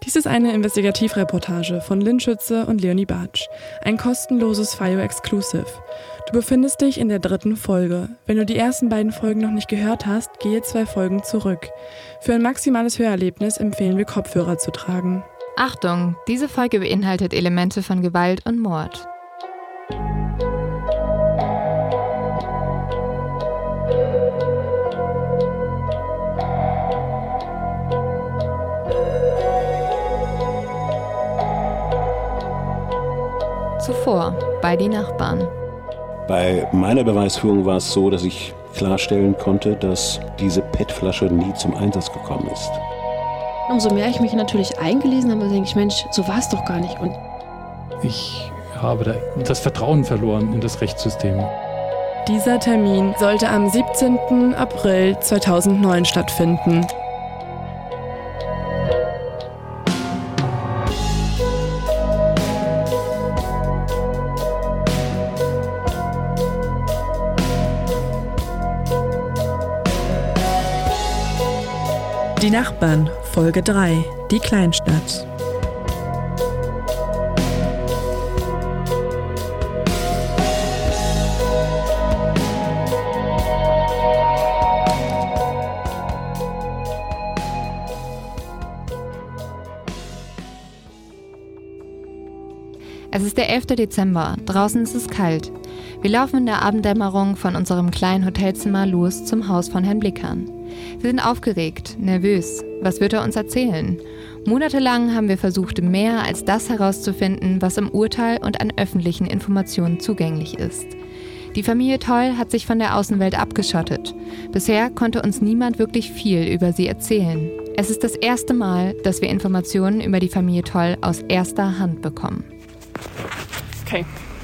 Dies ist eine Investigativreportage von Lynn Schütze und Leonie Bartsch. Ein kostenloses FIYO Exclusive. Du befindest dich in der 3. Folge. Wenn du die ersten beiden Folgen noch nicht gehört hast, gehe 2 Folgen zurück. Für ein maximales Hörerlebnis empfehlen wir Kopfhörer zu tragen. Achtung, diese Folge beinhaltet Elemente von Gewalt und Mord. Zuvor bei die Nachbarn. Bei meiner Beweisführung war es so, dass ich klarstellen konnte, dass diese PET-Flasche nie zum Einsatz gekommen ist. Umso mehr ich mich natürlich eingelesen habe, denke ich, Mensch, so war es doch gar nicht. Und ich habe das Vertrauen verloren in das Rechtssystem. Dieser Termin sollte am 17. April 2009 stattfinden. Die Nachbarn, Folge 3, die Kleinstadt. Es ist der 11. Dezember, draußen ist es kalt. Wir laufen in der Abenddämmerung von unserem kleinen Hotelzimmer los zum Haus von Herrn Blickern. Wir sind aufgeregt, nervös. Was wird er uns erzählen? Monatelang haben wir versucht, mehr als das herauszufinden, was im Urteil und an öffentlichen Informationen zugänglich ist. Die Familie Toll hat sich von der Außenwelt abgeschottet. Bisher konnte uns niemand wirklich viel über sie erzählen. Es ist das erste Mal, dass wir Informationen über die Familie Toll aus erster Hand bekommen. Okay.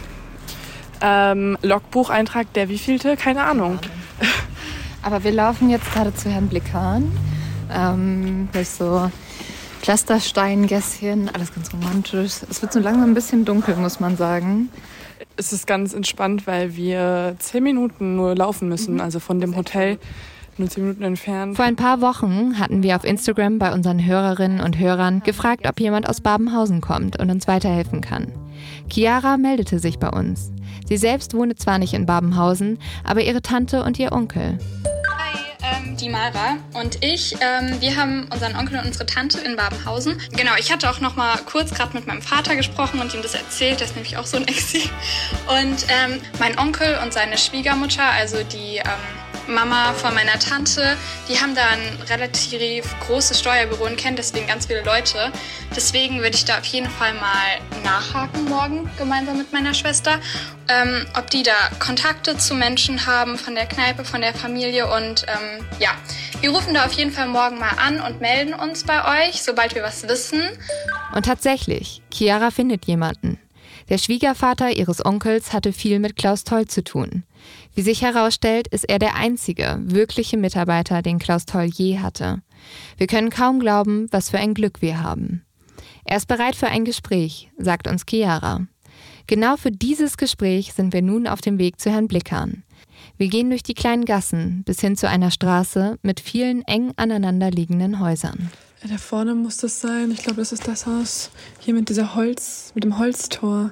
Logbucheintrag, der wievielte? Keine Ahnung. Aber wir laufen jetzt gerade zu Herrn Blickern. Durch so Pflastersteingässchen, alles ganz romantisch. Es wird so langsam ein bisschen dunkel, muss man sagen. Es ist ganz entspannt, weil wir 10 Minuten nur laufen müssen, also von dem Hotel nur 10 Minuten entfernt. Vor ein paar Wochen hatten wir auf Instagram bei unseren Hörerinnen und Hörern gefragt, ob jemand aus Babenhausen kommt und uns weiterhelfen kann. Chiara meldete sich bei uns. Sie selbst wohne zwar nicht in Babenhausen, aber ihre Tante und ihr Onkel. Die Mara und ich, wir haben unseren Onkel und unsere Tante in Babenhausen. Genau, ich hatte auch noch mal kurz gerade mit meinem Vater gesprochen und ihm das erzählt, der ist nämlich auch so ein Exi. Und mein Onkel und seine Schwiegermutter, also die Mama von meiner Tante, die haben da ein relativ großes Steuerbüro und kennen deswegen ganz viele Leute. Deswegen würde ich da auf jeden Fall mal nachhaken morgen gemeinsam mit meiner Schwester, ob die da Kontakte zu Menschen haben von der Kneipe, von der Familie. Und ja, wir rufen da auf jeden Fall morgen mal an und melden uns bei euch, sobald wir was wissen. Und tatsächlich, Chiara findet jemanden. Der Schwiegervater ihres Onkels hatte viel mit Klaus Toll zu tun. Wie sich herausstellt, ist er der einzige wirkliche Mitarbeiter, den Klaus Toll je hatte. Wir können kaum glauben, was für ein Glück wir haben. Er ist bereit für ein Gespräch, sagt uns Chiara. Genau für dieses Gespräch sind wir nun auf dem Weg zu Herrn Blickern. Wir gehen durch die kleinen Gassen bis hin zu einer Straße mit vielen eng aneinander liegenden Häusern. Da vorne muss das sein. Ich glaube, das ist das Haus. Hier mit dem Holztor.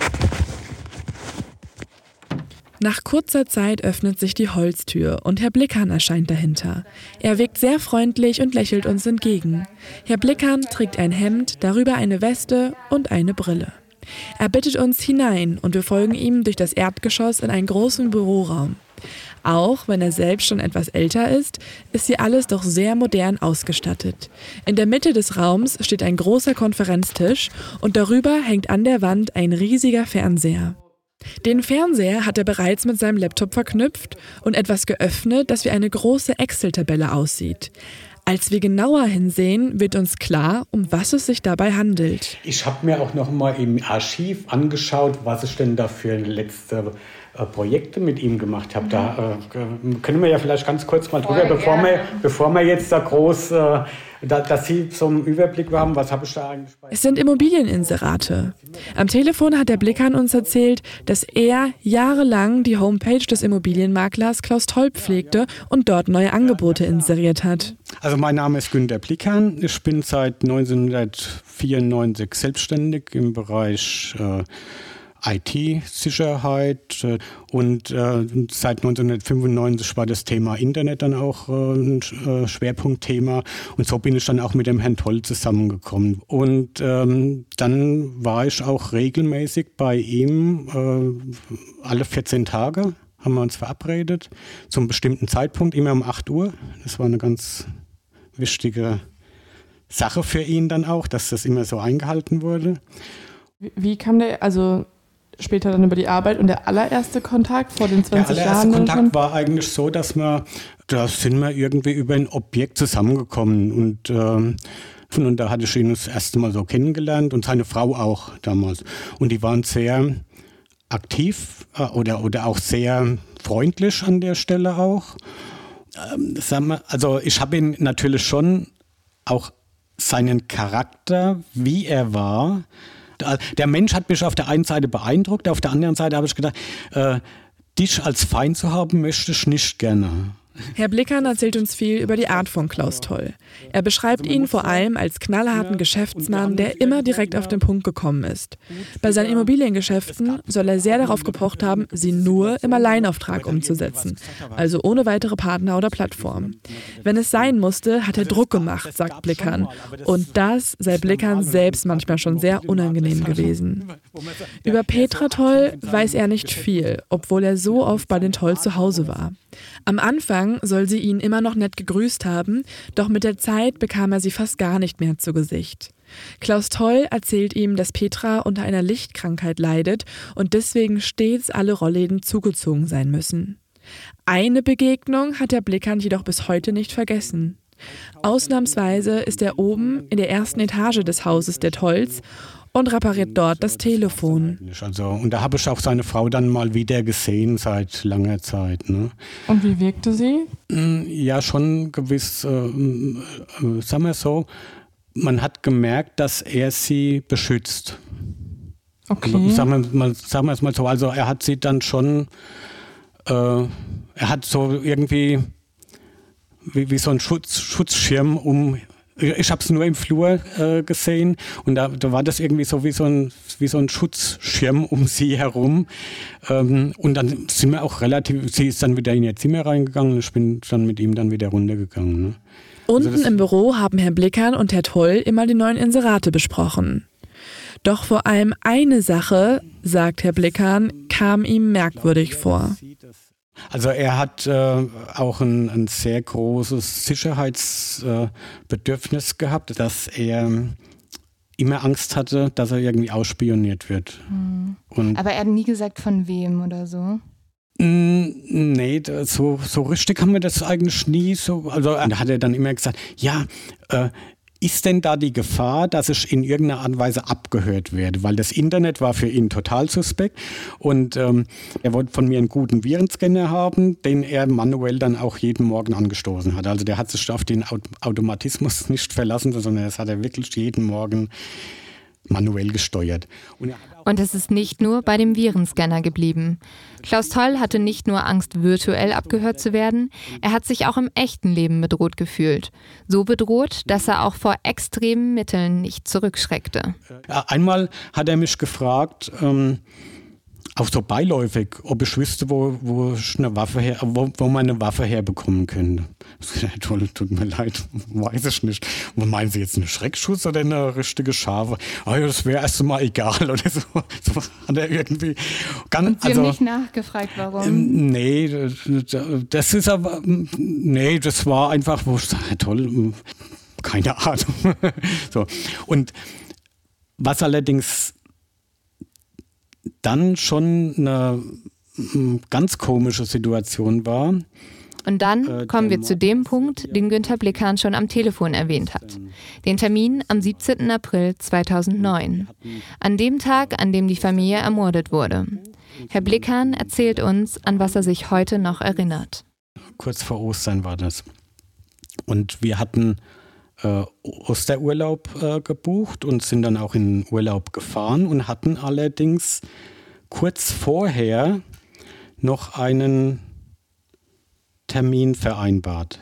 Nach kurzer Zeit öffnet sich die Holztür und Herr Blickern erscheint dahinter. Er wirkt sehr freundlich und lächelt uns entgegen. Herr Blickern trägt ein Hemd, darüber eine Weste und eine Brille. Er bittet uns hinein und wir folgen ihm durch das Erdgeschoss in einen großen Büroraum. Auch wenn er selbst schon etwas älter ist hier alles doch sehr modern ausgestattet. In der Mitte des Raums steht ein großer Konferenztisch und darüber hängt an der Wand ein riesiger Fernseher. Den Fernseher hat er bereits mit seinem Laptop verknüpft und etwas geöffnet, das wie eine große Excel-Tabelle aussieht. Als wir genauer hinsehen, wird uns klar, um was es sich dabei handelt. Ich habe mir auch noch mal im Archiv angeschaut, was ich denn da für eine letzte Projekte mit ihm gemacht habe. Da können wir ja vielleicht ganz kurz mal drüber, bevor wir jetzt da groß, dass Sie so einen Überblick haben, was habe ich da eigentlich bei... Es sind Immobilieninserate. Am Telefon hat der Blickan uns erzählt, dass er jahrelang die Homepage des Immobilienmaklers Klaus Toll pflegte und dort neue Angebote inseriert hat. Also mein Name ist Günter Blickan. Ich bin seit 1994 selbstständig im Bereich IT-Sicherheit und seit 1995 war das Thema Internet dann auch ein Schwerpunktthema und so bin ich dann auch mit dem Herrn Toll zusammengekommen. Und dann war ich auch regelmäßig bei ihm, alle 14 Tage haben wir uns verabredet, zum bestimmten Zeitpunkt, immer um 8 Uhr. Das war eine ganz wichtige Sache für ihn dann auch, dass das immer so eingehalten wurde. Wie kam der, also später dann über die Arbeit und der allererste Kontakt vor den 20 Jahren? Der allererste Kontakt war eigentlich so, da sind wir irgendwie über ein Objekt zusammengekommen und da hatte ich ihn das erste Mal so kennengelernt und seine Frau auch damals. Und die waren sehr aktiv oder auch sehr freundlich an der Stelle auch. Also ich habe ihn natürlich schon auch seinen Charakter, wie er war. Der Mensch hat mich auf der einen Seite beeindruckt, auf der anderen Seite habe ich gedacht, dich als Feind zu haben, möchte ich nicht gerne. Herr Blickan erzählt uns viel über die Art von Klaus Toll. Er beschreibt ihn vor allem als knallharten Geschäftsmann, der immer direkt auf den Punkt gekommen ist. Bei seinen Immobiliengeschäften soll er sehr darauf gepocht haben, sie nur im Alleinauftrag umzusetzen, also ohne weitere Partner oder Plattform. Wenn es sein musste, hat er Druck gemacht, sagt Blickan. Und das sei Blickan selbst manchmal schon sehr unangenehm gewesen. Über Petra Toll weiß er nicht viel, obwohl er so oft bei den Toll zu Hause war. Am Anfang soll sie ihn immer noch nett gegrüßt haben, doch mit der Zeit bekam er sie fast gar nicht mehr zu Gesicht. Klaus Toll erzählt ihm, dass Petra unter einer Lichtkrankheit leidet und deswegen stets alle Rollläden zugezogen sein müssen. Eine Begegnung hat der Blickan jedoch bis heute nicht vergessen. Ausnahmsweise ist er oben in der ersten Etage des Hauses der Tolls und repariert dort das Telefon. Und da habe ich auch seine Frau dann mal wieder gesehen seit langer Zeit. Ne? Und wie wirkte sie? Ja, schon gewiss, sagen wir so, man hat gemerkt, dass er sie beschützt. Okay. Sagen wir es mal so, also er hat sie dann schon, er hat so irgendwie wie so ein Schutzschirm ich habe es nur im Flur gesehen und da war das irgendwie so wie so ein Schutzschirm um sie herum. Und dann sind wir auch sie ist dann wieder in ihr Zimmer reingegangen und ich bin dann mit ihm dann wieder runtergegangen. Ne? Unten im Büro haben Herr Blickan und Herr Toll immer die neuen Inserate besprochen. Doch vor allem eine Sache, sagt Herr Blickan, kam ihm merkwürdig vor. Also er hat auch ein sehr großes Sicherheitsbedürfnis gehabt, dass er immer Angst hatte, dass er irgendwie ausspioniert wird. Aber er hat nie gesagt, von wem oder so? Nee, so richtig haben wir das eigentlich nie so. Also da hat er dann immer gesagt, ja, ist denn da die Gefahr, dass ich in irgendeiner Art und Weise abgehört werde? Weil das Internet war für ihn total suspekt und er wollte von mir einen guten Virenscanner haben, den er manuell dann auch jeden Morgen angestoßen hat. Also der hat sich auf den Automatismus nicht verlassen, sondern das hat er wirklich jeden Morgen manuell gesteuert. Und es ist nicht nur bei dem Virenscanner geblieben. Klaus Toll hatte nicht nur Angst, virtuell abgehört zu werden, er hat sich auch im echten Leben bedroht gefühlt. So bedroht, dass er auch vor extremen Mitteln nicht zurückschreckte. Einmal hat er mich gefragt, auch so beiläufig, ob ich wüsste, wo man eine Waffe herbekommen könnte. Toll, tut mir leid, weiß ich nicht. Meinen Sie jetzt einen Schreckschuss oder eine richtige Schafe? Das wäre erst mal egal oder so. So hat er irgendwie. Und Sie haben nicht nachgefragt, warum? Nee, das ist aber. Nee, das war einfach, wo ich sage, toll, keine Ahnung. So. Und was allerdings dann schon eine ganz komische Situation war. Und dann kommen wir zu dem Punkt, den Günter Blickan schon am Telefon erwähnt hat. Den Termin am 17. April 2009. An dem Tag, an dem die Familie ermordet wurde. Herr Blickan erzählt uns, an was er sich heute noch erinnert. Kurz vor Ostern war das. Und wir hatten Osterurlaub gebucht und sind dann auch in Urlaub gefahren und hatten allerdings kurz vorher noch einen Termin vereinbart.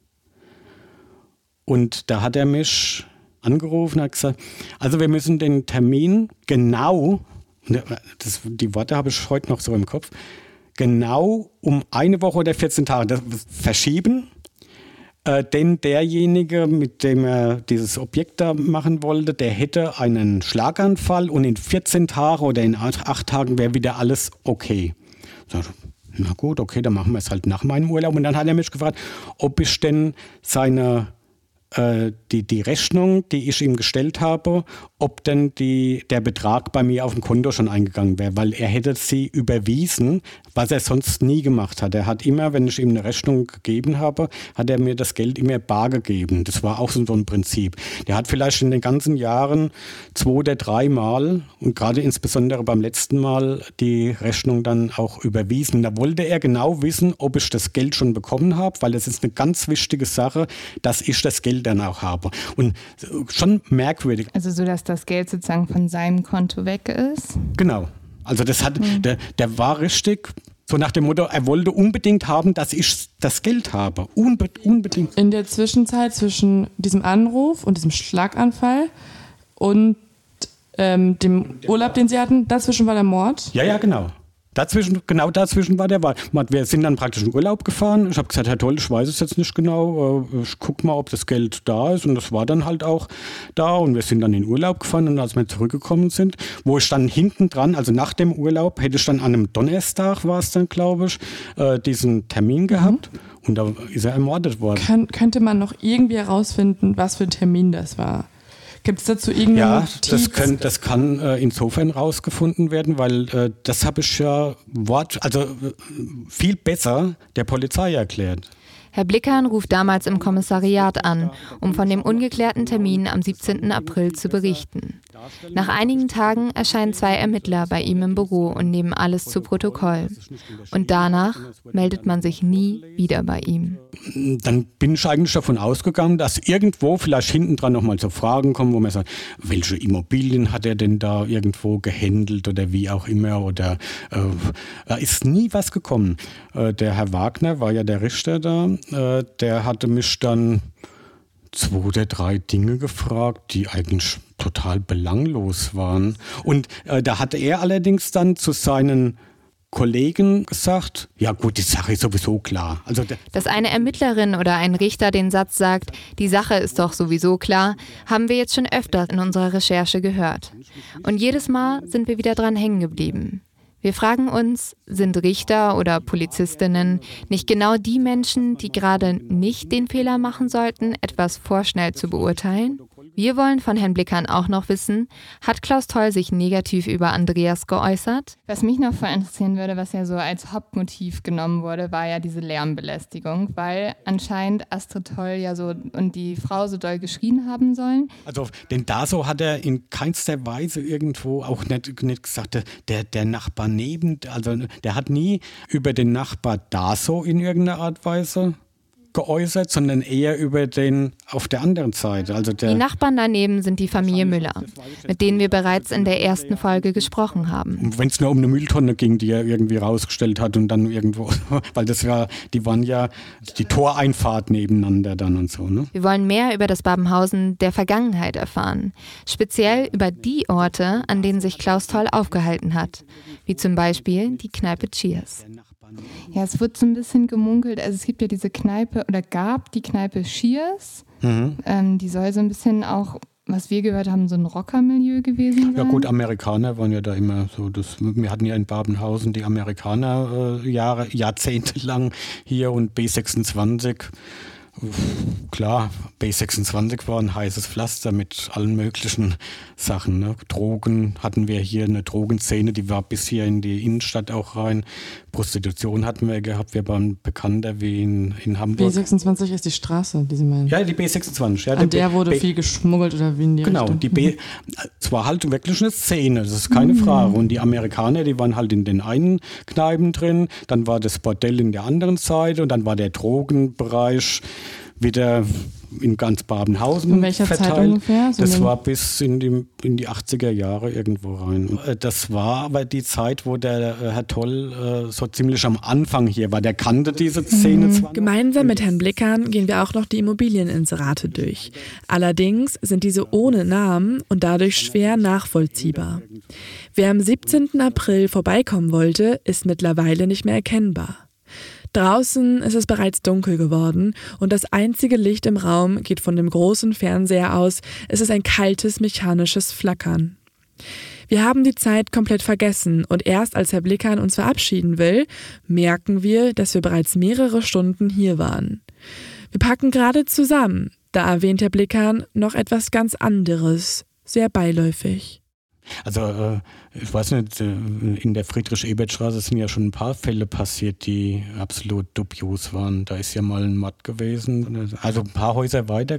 Und da hat er mich angerufen und hat gesagt, also wir müssen den Termin genau, die Worte habe ich heute noch so im Kopf, genau um eine Woche oder 14 Tage verschieben. Denn derjenige, mit dem er dieses Objekt da machen wollte, der hätte einen Schlaganfall und in 14 Tagen oder in 8 Tagen wäre wieder alles okay. Na gut, okay, dann machen wir es halt nach meinem Urlaub. Und dann hat er mich gefragt, ob ich denn die Rechnung, die ich ihm gestellt habe, ob denn der Betrag bei mir auf dem Konto schon eingegangen wäre, weil er hätte sie überwiesen, was er sonst nie gemacht hat. Er hat immer, wenn ich ihm eine Rechnung gegeben habe, hat er mir das Geld immer bar gegeben. Das war auch so ein Prinzip. Der hat vielleicht in den ganzen Jahren 2 oder 3 Mal und gerade insbesondere beim letzten Mal die Rechnung dann auch überwiesen. Da wollte er genau wissen, ob ich das Geld schon bekommen habe, weil es ist eine ganz wichtige Sache, dass ich das Geld dann auch habe. Und schon merkwürdig. Also so, dass das Geld sozusagen von seinem Konto weg ist? Genau. Also das hat, der war richtig so nach dem Motto, er wollte unbedingt haben, dass ich das Geld habe. Unbedingt. In der Zwischenzeit zwischen diesem Anruf und diesem Schlaganfall und dem Urlaub, den sie hatten, dazwischen war der Mord? Ja, genau. Dazwischen war der Wahl. Wir sind dann praktisch in Urlaub gefahren. Ich habe gesagt, Herr Toll, ich weiß es jetzt nicht genau. Ich gucke mal, ob das Geld da ist. Und das war dann halt auch da. Und wir sind dann in Urlaub gefahren. Und als wir zurückgekommen sind, wo ich dann hinten dran, also nach dem Urlaub, hätte ich dann an einem Donnerstag, war es dann, glaube ich, diesen Termin gehabt. Und da ist er ermordet worden. Könnte man noch irgendwie herausfinden, was für ein Termin das war? Gibt es dazu irgendeine Notiz? Das kann insofern rausgefunden werden, weil das habe ich ja viel besser der Polizei erklärt. Herr Blickan ruft damals im Kommissariat an, um von dem ungeklärten Termin am 17. April zu berichten. Nach einigen Tagen erscheinen 2 Ermittler bei ihm im Büro und nehmen alles zu Protokoll. Und danach meldet man sich nie wieder bei ihm. Dann bin ich eigentlich davon ausgegangen, dass irgendwo vielleicht hinten dran nochmal so Fragen kommen, wo man sagt, welche Immobilien hat er denn da irgendwo gehandelt oder wie auch immer. Oder da ist nie was gekommen. Der Herr Wagner war ja der Richter da. Der hatte mich dann 2 oder 3 Dinge gefragt, die eigentlich total belanglos waren. Und da hatte er allerdings dann zu seinen Kollegen gesagt, ja gut, die Sache ist sowieso klar. Also dass eine Ermittlerin oder ein Richter den Satz sagt, die Sache ist doch sowieso klar, haben wir jetzt schon öfter in unserer Recherche gehört. Und jedes Mal sind wir wieder dran hängen geblieben. Wir fragen uns, sind Richter oder Polizistinnen nicht genau die Menschen, die gerade nicht den Fehler machen sollten, etwas vorschnell zu beurteilen? Wir wollen von Herrn Blickan auch noch wissen, hat Klaus Toll sich negativ über Andreas geäußert? Was mich noch voll interessieren würde, was ja so als Hauptmotiv genommen wurde, war ja diese Lärmbelästigung, weil anscheinend Astrid Toll ja so und die Frau so doll geschrien haben sollen. Also den Daso hat er in keinster Weise irgendwo auch nicht gesagt, der Nachbar neben, also der hat nie über den Nachbar Daso in irgendeiner Art und Weise geäußert, sondern eher über den auf der anderen Seite. Also die Nachbarn daneben sind die Familie Müller, mit denen wir bereits in der ersten Folge gesprochen haben. Wenn es nur um eine Mülltonne ging, die er irgendwie rausgestellt hat und dann irgendwo, weil die waren ja die Toreinfahrt nebeneinander dann und so. Ne? Wir wollen mehr über das Babenhausen der Vergangenheit erfahren, speziell über die Orte, an denen sich Klaus Toll aufgehalten hat, wie zum Beispiel die Kneipe Cheers. Ja, es wird so ein bisschen gemunkelt, also es gibt ja diese Kneipe oder gab die Kneipe Cheers, die soll so ein bisschen auch, was wir gehört haben, so ein Rockermilieu gewesen sein. Ja gut, Amerikaner waren ja da immer so, wir hatten ja in Babenhausen die Amerikaner jahrzehntelang hier und B26 Klar, B26 war ein heißes Pflaster mit allen möglichen Sachen. Ne? Drogen hatten wir hier, eine Drogenszene, die war bis hier in die Innenstadt auch rein. Prostitution hatten wir gehabt, wir waren bekannter wie in Hamburg. B26 ist die Straße, die Sie meinen? Ja, die B26. Ja, an der wurde viel geschmuggelt oder wie in die Genau, Richtung? es war halt wirklich eine Szene, das ist keine Frage. Und die Amerikaner, die waren halt in den einen Kneipen drin, dann war das Bordell in der anderen Seite und dann war der Drogenbereich wieder in ganz Babenhausen in welcher verteilt. Zeit ungefähr? So das war bis in die 80er Jahre irgendwo rein. Das war aber die Zeit, wo der Herr Toll so ziemlich am Anfang hier war. Der kannte diese Szene zwar. Gemeinsam mit Herrn Blickern gehen wir auch noch die Immobilieninserate durch. Allerdings sind diese ohne Namen und dadurch schwer nachvollziehbar. Wer am 17. April vorbeikommen wollte, ist mittlerweile nicht mehr erkennbar. Draußen ist es bereits dunkel geworden und das einzige Licht im Raum geht von dem großen Fernseher aus. Es ist ein kaltes, mechanisches Flackern. Wir haben die Zeit komplett vergessen und erst als Herr Blickern uns verabschieden will, merken wir, dass wir bereits mehrere Stunden hier waren. Wir packen gerade zusammen. Da erwähnt Herr Blickern noch etwas ganz anderes, sehr beiläufig. Also ich weiß nicht, in der Friedrich-Ebert-Straße sind ja schon ein paar Fälle passiert, die absolut dubios waren. Da ist ja mal ein Mord gewesen, also ein paar Häuser weiter.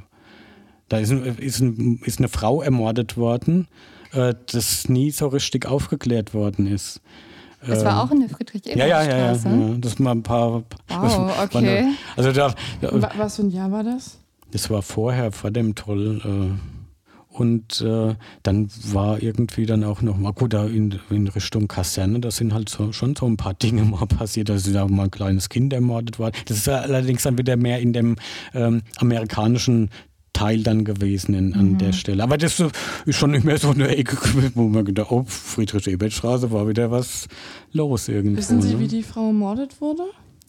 Da ist eine Frau ermordet worden, das nie so richtig aufgeklärt worden ist. Das war auch in der Friedrich-Ebert-Straße? Ja, das mal ein paar... Wow, okay. Was für ein Jahr war das? Das war vor dem Toll... Und dann war irgendwie dann auch noch mal gut da in Richtung Kaserne, da sind halt schon so ein paar Dinge mal passiert, da ist auch mal ein kleines Kind ermordet worden. Das ist allerdings dann wieder mehr in dem amerikanischen Teil dann gewesen an der Stelle. Aber das ist schon nicht mehr so eine Ecke, wo man gedacht, Friedrich-Ebert-Straße war wieder was los irgendwo. Wissen Sie, wie die Frau ermordet wurde?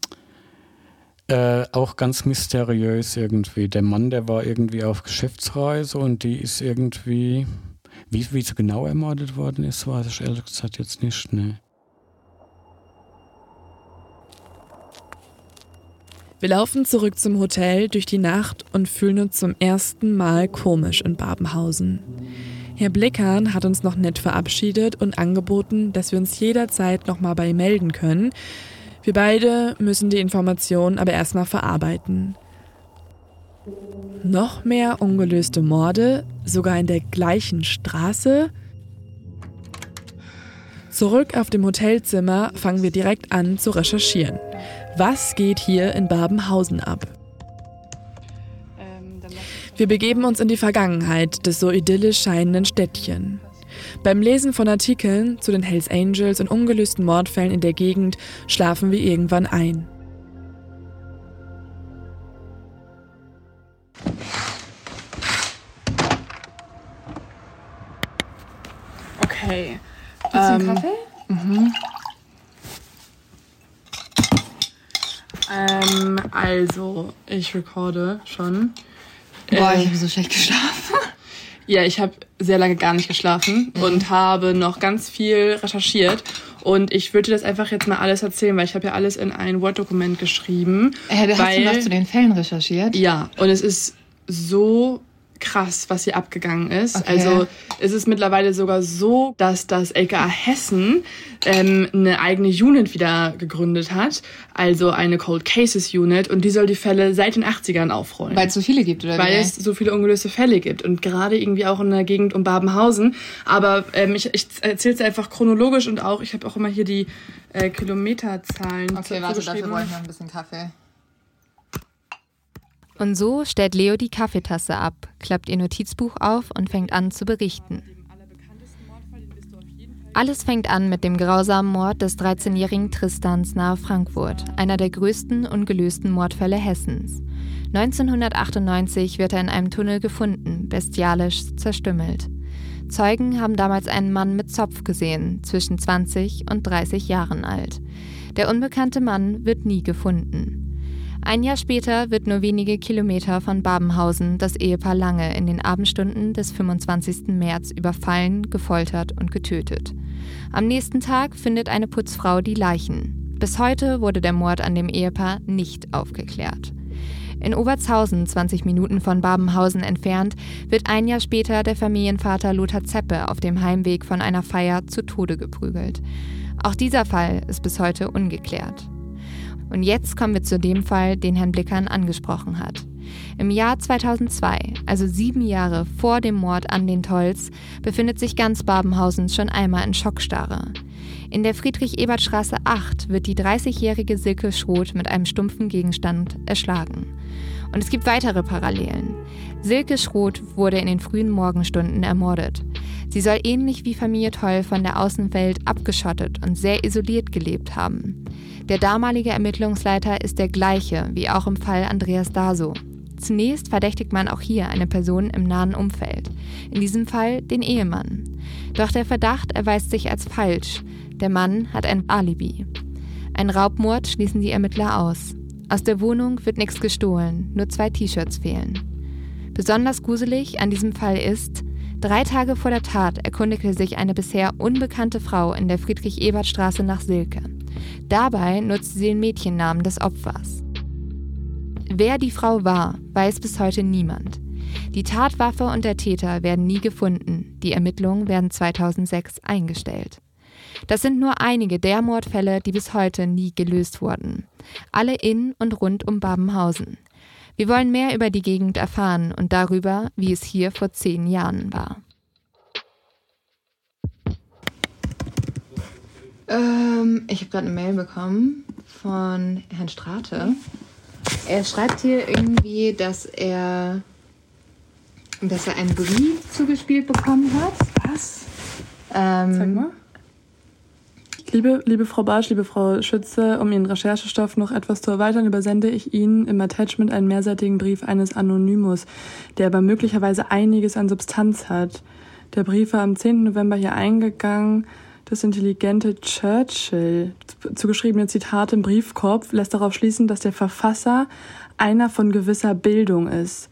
Auch ganz mysteriös irgendwie. Der Mann, der war irgendwie auf Geschäftsreise und die ist irgendwie, wie sie genau ermordet worden ist, weiß ich ehrlich gesagt jetzt nicht. Ne. Wir laufen zurück zum Hotel durch die Nacht und fühlen uns zum ersten Mal komisch in Babenhausen. Herr Blickern hat uns noch nett verabschiedet und angeboten, dass wir uns jederzeit nochmal bei ihm melden können. Wir beide müssen die Informationen aber erstmal verarbeiten. Noch mehr ungelöste Morde, sogar in der gleichen Straße. Zurück auf dem Hotelzimmer fangen wir direkt an zu recherchieren. Was geht hier in Babenhausen ab? Wir begeben uns in die Vergangenheit des so idyllisch scheinenden Städtchen. Beim Lesen von Artikeln zu den Hells Angels und ungelösten Mordfällen in der Gegend schlafen wir irgendwann ein. Okay. Willst du einen Kaffee? Also, ich recorde schon. Boah, ich habe so schlecht geschlafen. Ja, ich habe sehr lange gar nicht geschlafen und habe noch ganz viel recherchiert. Und ich würde das einfach jetzt mal alles erzählen, weil ich habe ja alles in ein Word-Dokument geschrieben. Hast du noch zu den Fällen recherchiert? Ja, und es ist so krass, was hier abgegangen ist. Okay. Also es ist mittlerweile sogar so, dass das LKA Hessen eine eigene Unit wieder gegründet hat, also eine Cold Cases Unit, und die soll die Fälle seit den 80ern aufrollen. Weil es so viele gibt, oder? Weil es so viele ungelöste Fälle gibt und gerade irgendwie auch in der Gegend um Babenhausen. Aber ich erzähle es einfach chronologisch und auch, ich habe auch immer hier die Kilometerzahlen. Okay, warte, dafür brauche ich noch ein bisschen Kaffee. Und so stellt Leo die Kaffeetasse ab, klappt ihr Notizbuch auf und fängt an zu berichten. Alles fängt an mit dem grausamen Mord des 13-jährigen Tristans nahe Frankfurt, einer der größten ungelösten Mordfälle Hessens. 1998 wird er in einem Tunnel gefunden, bestialisch zerstümmelt. Zeugen haben damals einen Mann mit Zopf gesehen, zwischen 20 und 30 Jahren alt. Der unbekannte Mann wird nie gefunden. Ein Jahr später wird nur wenige Kilometer von Babenhausen das Ehepaar Lange in den Abendstunden des 25. März überfallen, gefoltert und getötet. Am nächsten Tag findet eine Putzfrau die Leichen. Bis heute wurde der Mord an dem Ehepaar nicht aufgeklärt. In Obertshausen, 20 Minuten von Babenhausen entfernt, wird ein Jahr später der Familienvater Lothar Zeppe auf dem Heimweg von einer Feier zu Tode geprügelt. Auch dieser Fall ist bis heute ungeklärt. Und jetzt kommen wir zu dem Fall, den Herrn Blickern angesprochen hat. Im Jahr 2002, also 7 Jahre vor dem Mord an den Tolls, befindet sich ganz Babenhausen schon einmal in Schockstarre. In der Friedrich-Ebert-Straße 8 wird die 30-jährige Silke Schroth mit einem stumpfen Gegenstand erschlagen. Und es gibt weitere Parallelen. Silke Schroth wurde in den frühen Morgenstunden ermordet. Sie soll ähnlich wie Familie Toll von der Außenwelt abgeschottet und sehr isoliert gelebt haben. Der damalige Ermittlungsleiter ist der gleiche wie auch im Fall Andreas Daso. Zunächst verdächtigt man auch hier eine Person im nahen Umfeld, in diesem Fall den Ehemann. Doch der Verdacht erweist sich als falsch. Der Mann hat ein Alibi. Ein Raubmord schließen die Ermittler aus. Aus der Wohnung wird nichts gestohlen, nur 2 T-Shirts fehlen. Besonders gruselig an diesem Fall ist, 3 Tage vor der Tat erkundigte sich eine bisher unbekannte Frau in der Friedrich-Ebert-Straße nach Silke. Dabei nutzte sie den Mädchennamen des Opfers. Wer die Frau war, weiß bis heute niemand. Die Tatwaffe und der Täter werden nie gefunden. Die Ermittlungen werden 2006 eingestellt. Das sind nur einige der Mordfälle, die bis heute nie gelöst wurden. Alle in und rund um Babenhausen. Wir wollen mehr über die Gegend erfahren und darüber, wie es hier vor 10 Jahren war. Ich habe gerade eine Mail bekommen von Herrn Strate. Er schreibt hier irgendwie, dass er einen Brief zugespielt bekommen hat. Was? Sag mal. Liebe Frau Bartsch, liebe Frau Schütze, um Ihren Recherchestoff noch etwas zu erweitern, übersende ich Ihnen im Attachment einen mehrseitigen Brief eines Anonymus, der aber möglicherweise einiges an Substanz hat. Der Brief war am 10. November hier eingegangen. Das intelligente Churchill, zugeschriebene Zitate im Briefkorb, lässt darauf schließen, dass der Verfasser einer von gewisser Bildung ist.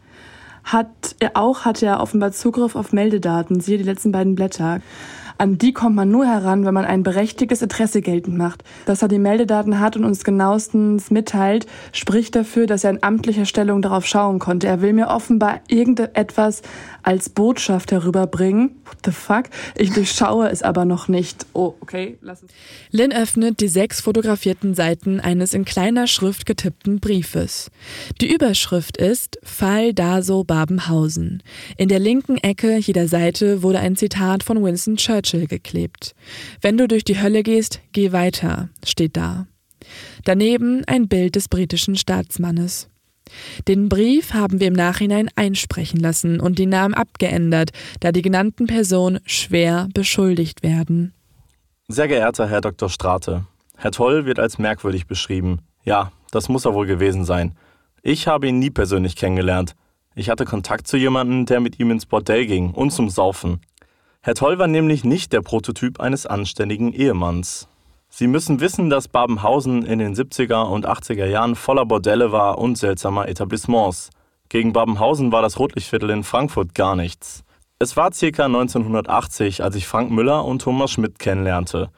Hat er offenbar Zugriff auf Meldedaten, siehe die letzten beiden Blätter. An die kommt man nur heran, wenn man ein berechtigtes Interesse geltend macht. Dass er die Meldedaten hat und uns genauestens mitteilt, spricht dafür, dass er in amtlicher Stellung darauf schauen konnte. Er will mir offenbar irgendetwas als Botschaft herüberbringen. What the fuck? Ich durchschaue es aber noch nicht. Oh, okay, lass es. Lynn öffnet die 6 fotografierten Seiten eines in kleiner Schrift getippten Briefes. Die Überschrift ist Fall Daso Babenhausen. In der linken Ecke jeder Seite wurde ein Zitat von Winston Churchill geklebt. Wenn du durch die Hölle gehst, geh weiter, steht da. Daneben ein Bild des britischen Staatsmannes. Den Brief haben wir im Nachhinein einsprechen lassen und die Namen abgeändert, da die genannten Personen schwer beschuldigt werden. Sehr geehrter Herr Dr. Strate, Herr Toll wird als merkwürdig beschrieben. Ja, das muss er wohl gewesen sein. Ich habe ihn nie persönlich kennengelernt. Ich hatte Kontakt zu jemandem, der mit ihm ins Bordell ging und zum Saufen. Herr Toll war nämlich nicht der Prototyp eines anständigen Ehemanns. Sie müssen wissen, dass Babenhausen in den 70er und 80er Jahren voller Bordelle war und seltsamer Etablissements. Gegen Babenhausen war das Rotlichtviertel in Frankfurt gar nichts. Es war ca. 1980, als ich Frank Müller und Thomas Schmidt kennenlernte.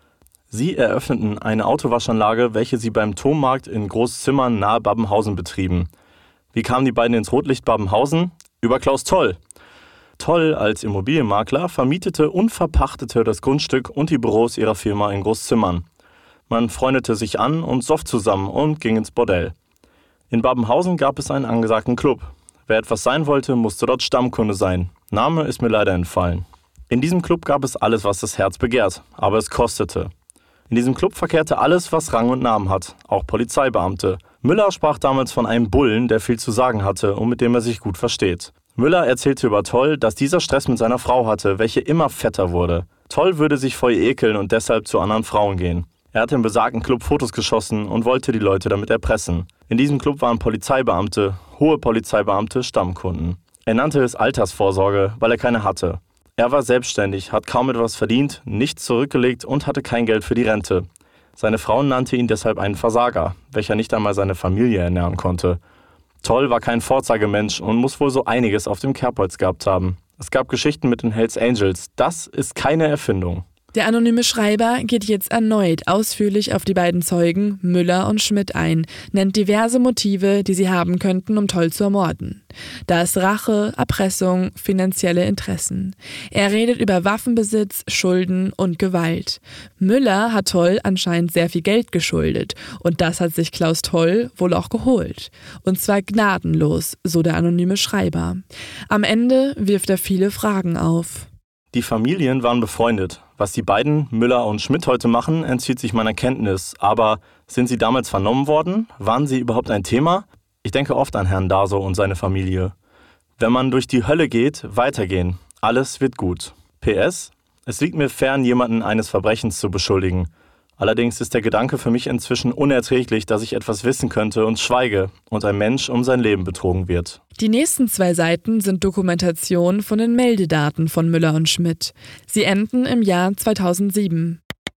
Sie eröffneten eine Autowaschanlage, welche sie beim Tommarkt in Großzimmern nahe Babenhausen betrieben. Wie kamen die beiden ins Rotlicht Babenhausen? Über Klaus Toll. Toll als Immobilienmakler vermietete und verpachtete das Grundstück und die Büros ihrer Firma in Großzimmern. Man freundete sich an und soff zusammen und ging ins Bordell. In Babenhausen gab es einen angesagten Club. Wer etwas sein wollte, musste dort Stammkunde sein. Name ist mir leider entfallen. In diesem Club gab es alles, was das Herz begehrt, aber es kostete. In diesem Club verkehrte alles, was Rang und Namen hat, auch Polizeibeamte. Müller sprach damals von einem Bullen, der viel zu sagen hatte und mit dem er sich gut versteht. Müller erzählte über Toll, dass dieser Stress mit seiner Frau hatte, welche immer fetter wurde. Toll würde sich vor ihr ekeln und deshalb zu anderen Frauen gehen. Er hatte im besagten Club Fotos geschossen und wollte die Leute damit erpressen. In diesem Club waren Polizeibeamte, hohe Polizeibeamte, Stammkunden. Er nannte es Altersvorsorge, weil er keine hatte. Er war selbstständig, hat kaum etwas verdient, nichts zurückgelegt und hatte kein Geld für die Rente. Seine Frau nannte ihn deshalb einen Versager, welcher nicht einmal seine Familie ernähren konnte. Toll war kein Vorzeigemensch und muss wohl so einiges auf dem Kerbholz gehabt haben. Es gab Geschichten mit den Hells Angels. Das ist keine Erfindung. Der anonyme Schreiber geht jetzt erneut ausführlich auf die beiden Zeugen Müller und Schmidt ein, nennt diverse Motive, die sie haben könnten, um Toll zu ermorden. Da ist Rache, Erpressung, finanzielle Interessen. Er redet über Waffenbesitz, Schulden und Gewalt. Müller hat Toll anscheinend sehr viel Geld geschuldet und das hat sich Klaus Toll wohl auch geholt. Und zwar gnadenlos, so der anonyme Schreiber. Am Ende wirft er viele Fragen auf. Die Familien waren befreundet. Was die beiden, Müller und Schmidt, heute machen, entzieht sich meiner Kenntnis. Aber sind sie damals vernommen worden? Waren sie überhaupt ein Thema? Ich denke oft an Herrn Daso und seine Familie. Wenn man durch die Hölle geht, weitergehen. Alles wird gut. PS: Es liegt mir fern, jemanden eines Verbrechens zu beschuldigen. Allerdings ist der Gedanke für mich inzwischen unerträglich, dass ich etwas wissen könnte und schweige und ein Mensch um sein Leben betrogen wird. Die nächsten 2 Seiten sind Dokumentation von den Meldedaten von Müller und Schmidt. Sie enden im Jahr 2007.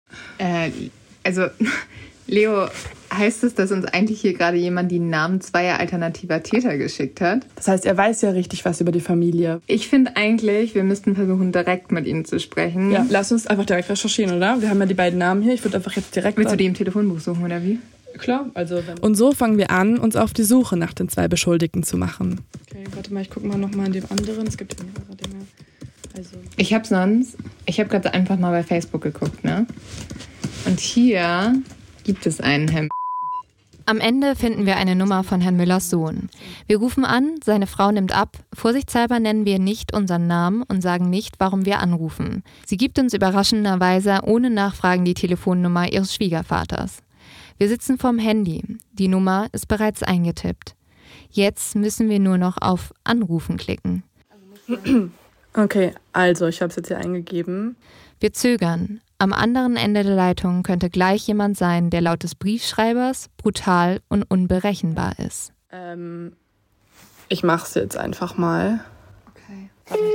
Leo, heißt es, dass uns eigentlich hier gerade jemand die Namen zweier alternativer Täter geschickt hat? Das heißt, er weiß ja richtig was über die Familie. Ich finde eigentlich, wir müssten versuchen, direkt mit ihnen zu sprechen. Ja, lass uns einfach direkt recherchieren, oder? Wir haben ja die beiden Namen hier. Ich würde einfach jetzt direkt... Willst du die im Telefonbuch suchen, oder wie? Klar, also... Und so fangen wir an, uns auf die Suche nach den 2 Beschuldigten zu machen. Okay, warte mal, ich gucke mal nochmal in dem anderen. Es gibt mehrere Dinge. Also... Ich habe gerade einfach mal bei Facebook geguckt, ne? Und hier gibt es einen Herrn. Am Ende finden wir eine Nummer von Herrn Müllers Sohn. Wir rufen an, seine Frau nimmt ab. Vorsichtshalber nennen wir nicht unseren Namen und sagen nicht, warum wir anrufen. Sie gibt uns überraschenderweise ohne Nachfragen die Telefonnummer ihres Schwiegervaters. Wir sitzen vorm Handy. Die Nummer ist bereits eingetippt. Jetzt müssen wir nur noch auf Anrufen klicken. Okay, also ich habe es jetzt hier eingegeben. Wir zögern. Am anderen Ende der Leitung könnte gleich jemand sein, der laut des Briefschreibers brutal und unberechenbar ist. Ich mach's jetzt einfach mal. Okay.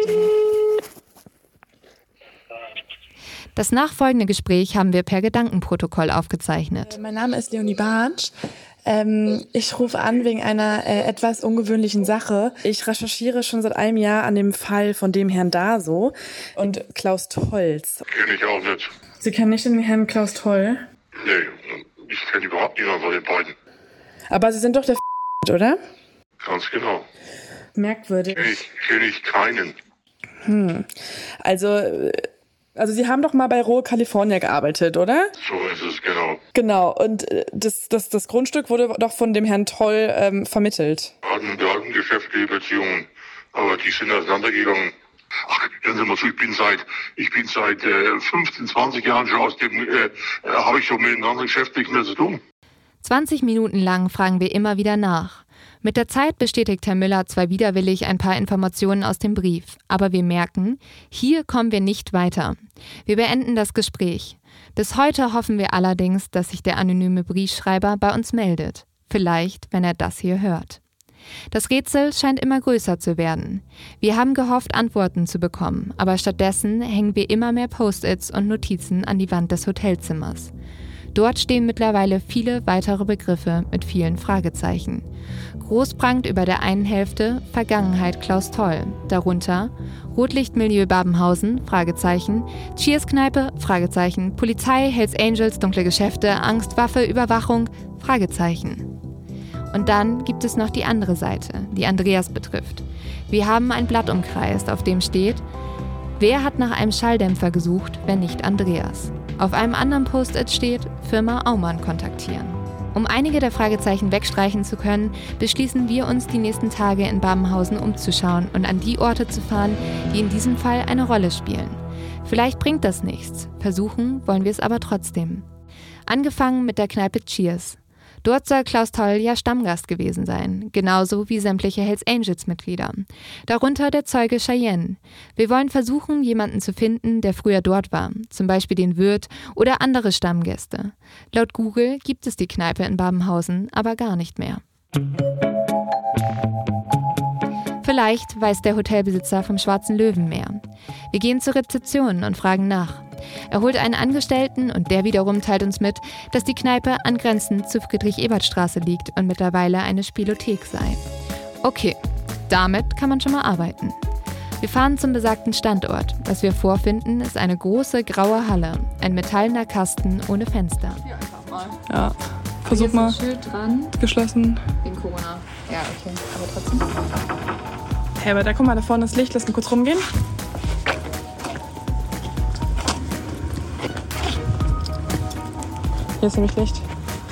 Das nachfolgende Gespräch haben wir per Gedankenprotokoll aufgezeichnet. Mein Name ist Leonie Bartsch. Ich rufe an wegen einer etwas ungewöhnlichen Sache. Ich recherchiere schon seit einem Jahr an dem Fall von dem Herrn Daso und Klaus Tolls. Kenne ich auch nicht. Sie kennen nicht den Herrn Klaus Toll? Nee, ich kenne überhaupt niemanden von den beiden. Aber Sie sind doch der oder? Ganz genau. Merkwürdig. Kenne ich keinen. Also Sie haben doch mal bei Rohe California gearbeitet, oder? So ist es, genau. Genau, und das Grundstück wurde doch von dem Herrn Toll vermittelt. Wir hatten geschäftliche Beziehungen, aber die sind auseinandergegangen. Ach, hören Sie mal zu, ich bin seit 15, 20 Jahren schon aus dem, habe ich schon mit einem anderen Geschäft nichts mehr zu tun. 20 Minuten lang fragen wir immer wieder nach. Mit der Zeit bestätigt Herr Müller zwar widerwillig ein paar Informationen aus dem Brief, aber wir merken, hier kommen wir nicht weiter. Wir beenden das Gespräch. Bis heute hoffen wir allerdings, dass sich der anonyme Briefschreiber bei uns meldet. Vielleicht, wenn er das hier hört. Das Rätsel scheint immer größer zu werden. Wir haben gehofft, Antworten zu bekommen, aber stattdessen hängen wir immer mehr Post-its und Notizen an die Wand des Hotelzimmers. Dort stehen mittlerweile viele weitere Begriffe mit vielen Fragezeichen. Groß prangt über der einen Hälfte Vergangenheit Klaus Toll, darunter Rotlichtmilieu Babenhausen, Fragezeichen, Cheers-Kneipe, Fragezeichen, Polizei, Hells Angels, dunkle Geschäfte, Angst, Waffe, Überwachung, Fragezeichen. Und dann gibt es noch die andere Seite, die Andreas betrifft. Wir haben ein Blatt umkreist, auf dem steht: Wer hat nach einem Schalldämpfer gesucht, wenn nicht Andreas? Auf einem anderen Post-it steht: Firma Aumann kontaktieren. Um einige der Fragezeichen wegstreichen zu können, beschließen wir uns, die nächsten Tage in Babenhausen umzuschauen und an die Orte zu fahren, die in diesem Fall eine Rolle spielen. Vielleicht bringt das nichts, versuchen wollen wir es aber trotzdem. Angefangen mit der Kneipe Cheers. Dort soll Klaus Toll ja Stammgast gewesen sein, genauso wie sämtliche Hells Angels-Mitglieder. Darunter der Zeuge Cheyenne. Wir wollen versuchen, jemanden zu finden, der früher dort war, zum Beispiel den Wirt oder andere Stammgäste. Laut Google gibt es die Kneipe in Babenhausen aber gar nicht mehr. Vielleicht weiß der Hotelbesitzer vom Schwarzen Löwen mehr. Wir gehen zur Rezeption und fragen nach. Er holt einen Angestellten und der wiederum teilt uns mit, dass die Kneipe angrenzend zur Friedrich-Ebert-Straße liegt und mittlerweile eine Spielothek sei. Okay, damit kann man schon mal arbeiten. Wir fahren zum besagten Standort. Was wir vorfinden, ist eine große graue Halle. Ein metallener Kasten ohne Fenster. Hier einfach mal. Ja, versuch mal. Schild dran. Geschlossen. Wegen Corona. Ja, okay. Aber trotzdem. Hey, aber da guck mal, da vorne ist Licht. Lass mal kurz rumgehen. Hier ist nämlich Licht.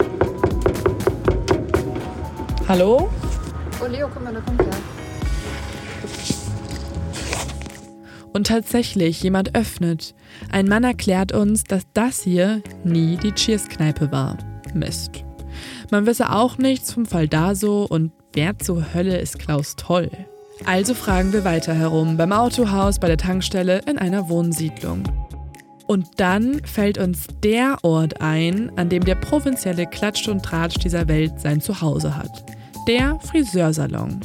Hallo? Oh, Leo, guck mal, da kommt er. Und tatsächlich, jemand öffnet. Ein Mann erklärt uns, dass das hier nie die Cheers-Kneipe war. Mist. Man wisse auch nichts vom Fall Daso und wer zur Hölle ist Klaus Toll? Also fragen wir weiter herum, beim Autohaus, bei der Tankstelle, in einer Wohnsiedlung. Und dann fällt uns der Ort ein, an dem der provinzielle Klatsch und Tratsch dieser Welt sein Zuhause hat. Der Friseursalon.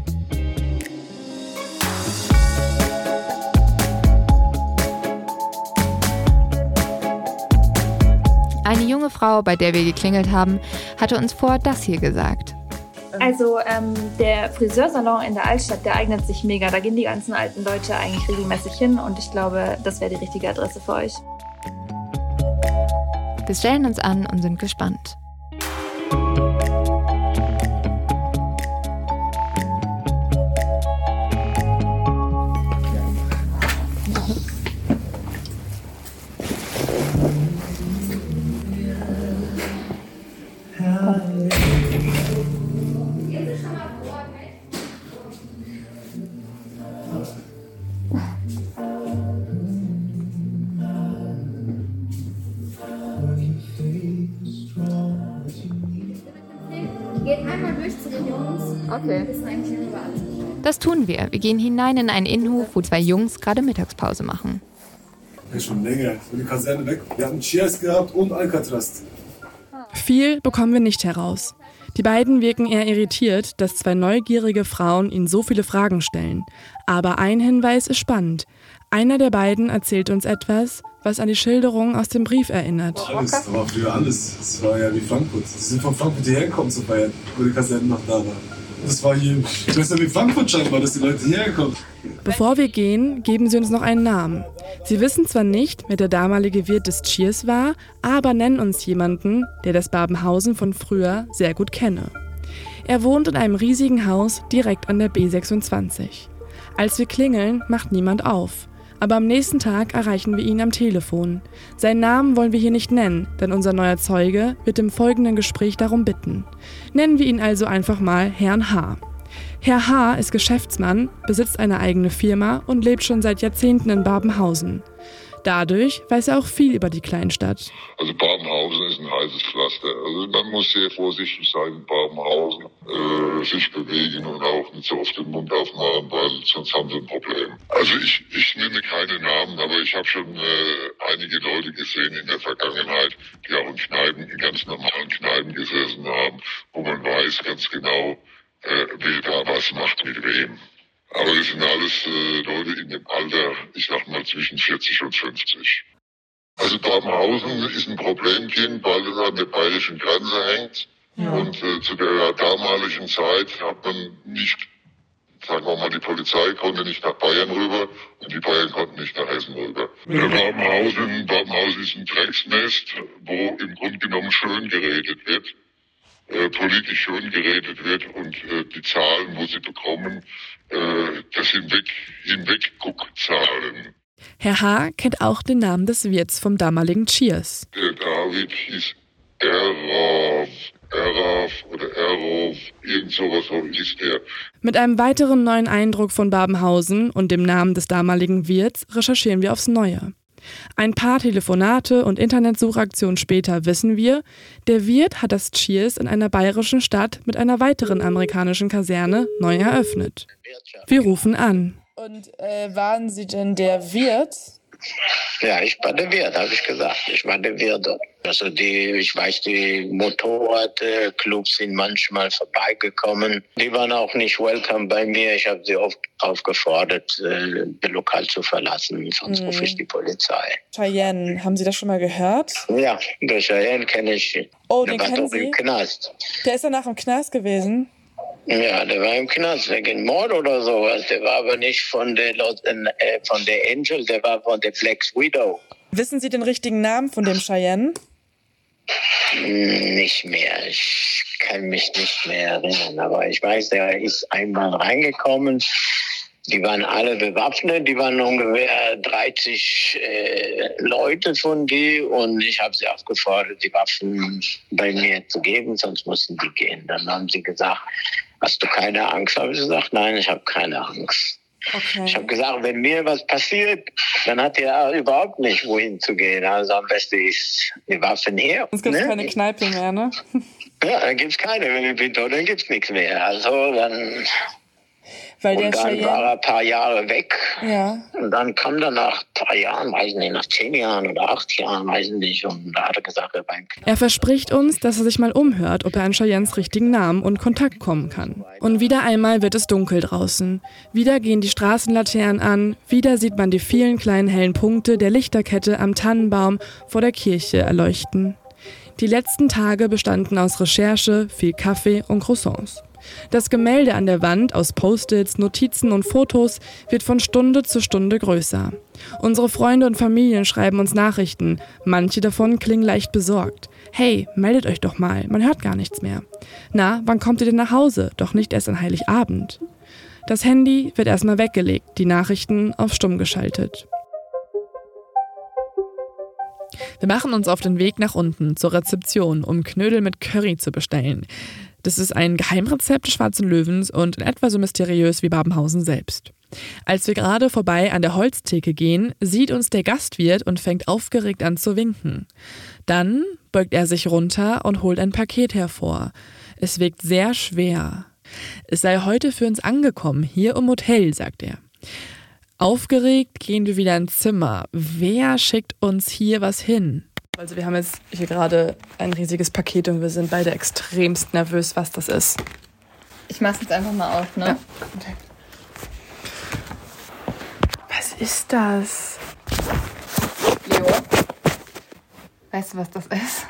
Eine junge Frau, bei der wir geklingelt haben, hatte uns vorher das hier gesagt. Also der Friseursalon in der Altstadt, der eignet sich mega. Da gehen die ganzen alten Leute eigentlich regelmäßig hin und ich glaube, das wäre die richtige Adresse für euch. Wir stellen uns an und sind gespannt. Geht einmal durch zu den Jungs. Okay. Wir wissen eigentlich nicht überall. Das tun wir. Wir gehen hinein in einen Innenhof, wo zwei Jungs gerade Mittagspause machen. Ja, schon länger. Von die Kaserne weg. Wir hatten Cheers gehabt und Alcatraz. Viel bekommen wir nicht heraus. Die beiden wirken eher irritiert, dass zwei neugierige Frauen ihnen so viele Fragen stellen. Aber ein Hinweis ist spannend. Einer der beiden erzählt uns etwas, was an die Schilderung aus dem Brief erinnert. Alles, da war früher alles. Das war ja wie Frankfurt. Sie sind von Frankfurt hierher gekommen zu feiern, wo die Kaserne noch da war. Das war hier besser wie Frankfurt scheinbar, dass die Leute hierher kommen. Bevor wir gehen, geben sie uns noch einen Namen. Sie wissen zwar nicht, wer der damalige Wirt des Cheers war, aber nennen uns jemanden, der das Babenhausen von früher sehr gut kenne. Er wohnt in einem riesigen Haus direkt an der B26. Als wir klingeln, macht niemand auf. Aber am nächsten Tag erreichen wir ihn am Telefon. Seinen Namen wollen wir hier nicht nennen, denn unser neuer Zeuge wird im folgenden Gespräch darum bitten. Nennen wir ihn also einfach mal Herrn H. Herr H. ist Geschäftsmann, besitzt eine eigene Firma und lebt schon seit Jahrzehnten in Babenhausen. Dadurch weiß er auch viel über die Kleinstadt. Also Babenhausen ist ein heißes Pflaster. Also man muss sehr vorsichtig sein in Babenhausen, sich bewegen und auch nicht so oft den Mund aufmachen, weil sonst haben sie ein Problem. Also ich nenne keine Namen, aber ich habe schon einige Leute gesehen in der Vergangenheit, die auch in Kneipen, in ganz normalen Kneipen gesessen haben, wo man weiß ganz genau, wer da was macht mit wem. Aber das sind alles Leute in dem Alter, ich sag mal zwischen 40 und 50. Also Babenhausen ist ein Problemkind, weil es an der bayerischen Grenze hängt. Ja. Und zu der damaligen Zeit hat man nicht, sagen wir mal, die Polizei konnte nicht nach Bayern rüber und die Bayern konnten nicht nach Hessen rüber. Ja. Babenhausen ist ein Drecksnest, wo im Grunde genommen schön geredet wird. Politisch schön geredet wird und die Zahlen, wo sie bekommen, das Hinwegguckzahlen. Herr H. kennt auch den Namen des Wirts vom damaligen Cheers. Der David hieß Eraf oder Erof, irgend sowas so hieß der. Mit einem weiteren neuen Eindruck von Babenhausen und dem Namen des damaligen Wirts recherchieren wir aufs Neue. Ein paar Telefonate und Internetsuchaktionen später wissen wir, der Wirt hat das Cheers in einer bayerischen Stadt mit einer weiteren amerikanischen Kaserne neu eröffnet. Wir rufen an. Und waren Sie denn der Wirt? Ja, ich war der Wirt, habe ich gesagt. Ich war der Wirt. Also ich weiß, die Motorradclubs sind manchmal vorbeigekommen. Die waren auch nicht welcome bei mir. Ich habe sie oft aufgefordert, das Lokal zu verlassen. Sonst rufe ich die Polizei. Cheyenne, haben Sie das schon mal gehört? Ja, der Cheyenne kenne ich. Oh, der den war kennen doch Sie? im Knast. Der ist danach im Knast gewesen? Ja, der war im Knast wegen Mord oder sowas. Der war aber nicht von der Angel, der war von der Flex Widow. Wissen Sie den richtigen Namen von dem Cheyenne? Nicht mehr. Ich kann mich nicht mehr erinnern. Aber ich weiß, der ist einmal reingekommen. Die waren alle bewaffnet. Die waren ungefähr 30 Leute von die. Und ich habe sie aufgefordert, die Waffen bei mir zu geben, sonst mussten die gehen. Dann haben sie gesagt, hast du keine Angst? Habe ich gesagt, nein, ich habe keine Angst. Okay. Ich habe gesagt, wenn mir was passiert, dann hat er überhaupt nicht wohin zu gehen. Also am besten ist die Waffen her. Es gibt keine Kneipe mehr, ne? Ja, dann gibt es keine. Wenn ich bin tot, dann gibt es nichts mehr. Also dann... Weil und dann war er ein paar Jahre weg. Ja. Und dann kam er nach ein paar Jahren, weiß nicht, nach 10 Jahren oder 8 Jahren, weiß nicht. Und da hat er gesagt, er verspricht uns, dass er sich mal umhört, ob er an Cheyennes richtigen Namen und Kontakt kommen kann. Und wieder einmal wird es dunkel draußen. Wieder gehen die Straßenlaternen an. Wieder sieht man die vielen kleinen hellen Punkte der Lichterkette am Tannenbaum vor der Kirche erleuchten. Die letzten Tage bestanden aus Recherche, viel Kaffee und Croissants. Das Gemälde an der Wand aus Post-its, Notizen und Fotos wird von Stunde zu Stunde größer. Unsere Freunde und Familien schreiben uns Nachrichten. Manche davon klingen leicht besorgt. Hey, meldet euch doch mal, man hört gar nichts mehr. Na, wann kommt ihr denn nach Hause? Doch nicht erst an Heiligabend. Das Handy wird erstmal weggelegt, die Nachrichten auf stumm geschaltet. Wir machen uns auf den Weg nach unten zur Rezeption, um Knödel mit Curry zu bestellen. Das ist ein Geheimrezept des Schwarzen Löwens und in etwa so mysteriös wie Babenhausen selbst. Als wir gerade vorbei an der Holztheke gehen, sieht uns der Gastwirt und fängt aufgeregt an zu winken. Dann beugt er sich runter und holt ein Paket hervor. Es wirkt sehr schwer. Es sei heute für uns angekommen, hier im Hotel, sagt er. Aufgeregt gehen wir wieder ins Zimmer. Wer schickt uns hier was hin? Also wir haben jetzt hier gerade ein riesiges Paket und wir sind beide extremst nervös, was das ist. Ich mach's jetzt einfach mal auf, ne? Ja. Okay. Was ist das? Leo, weißt du, was das ist?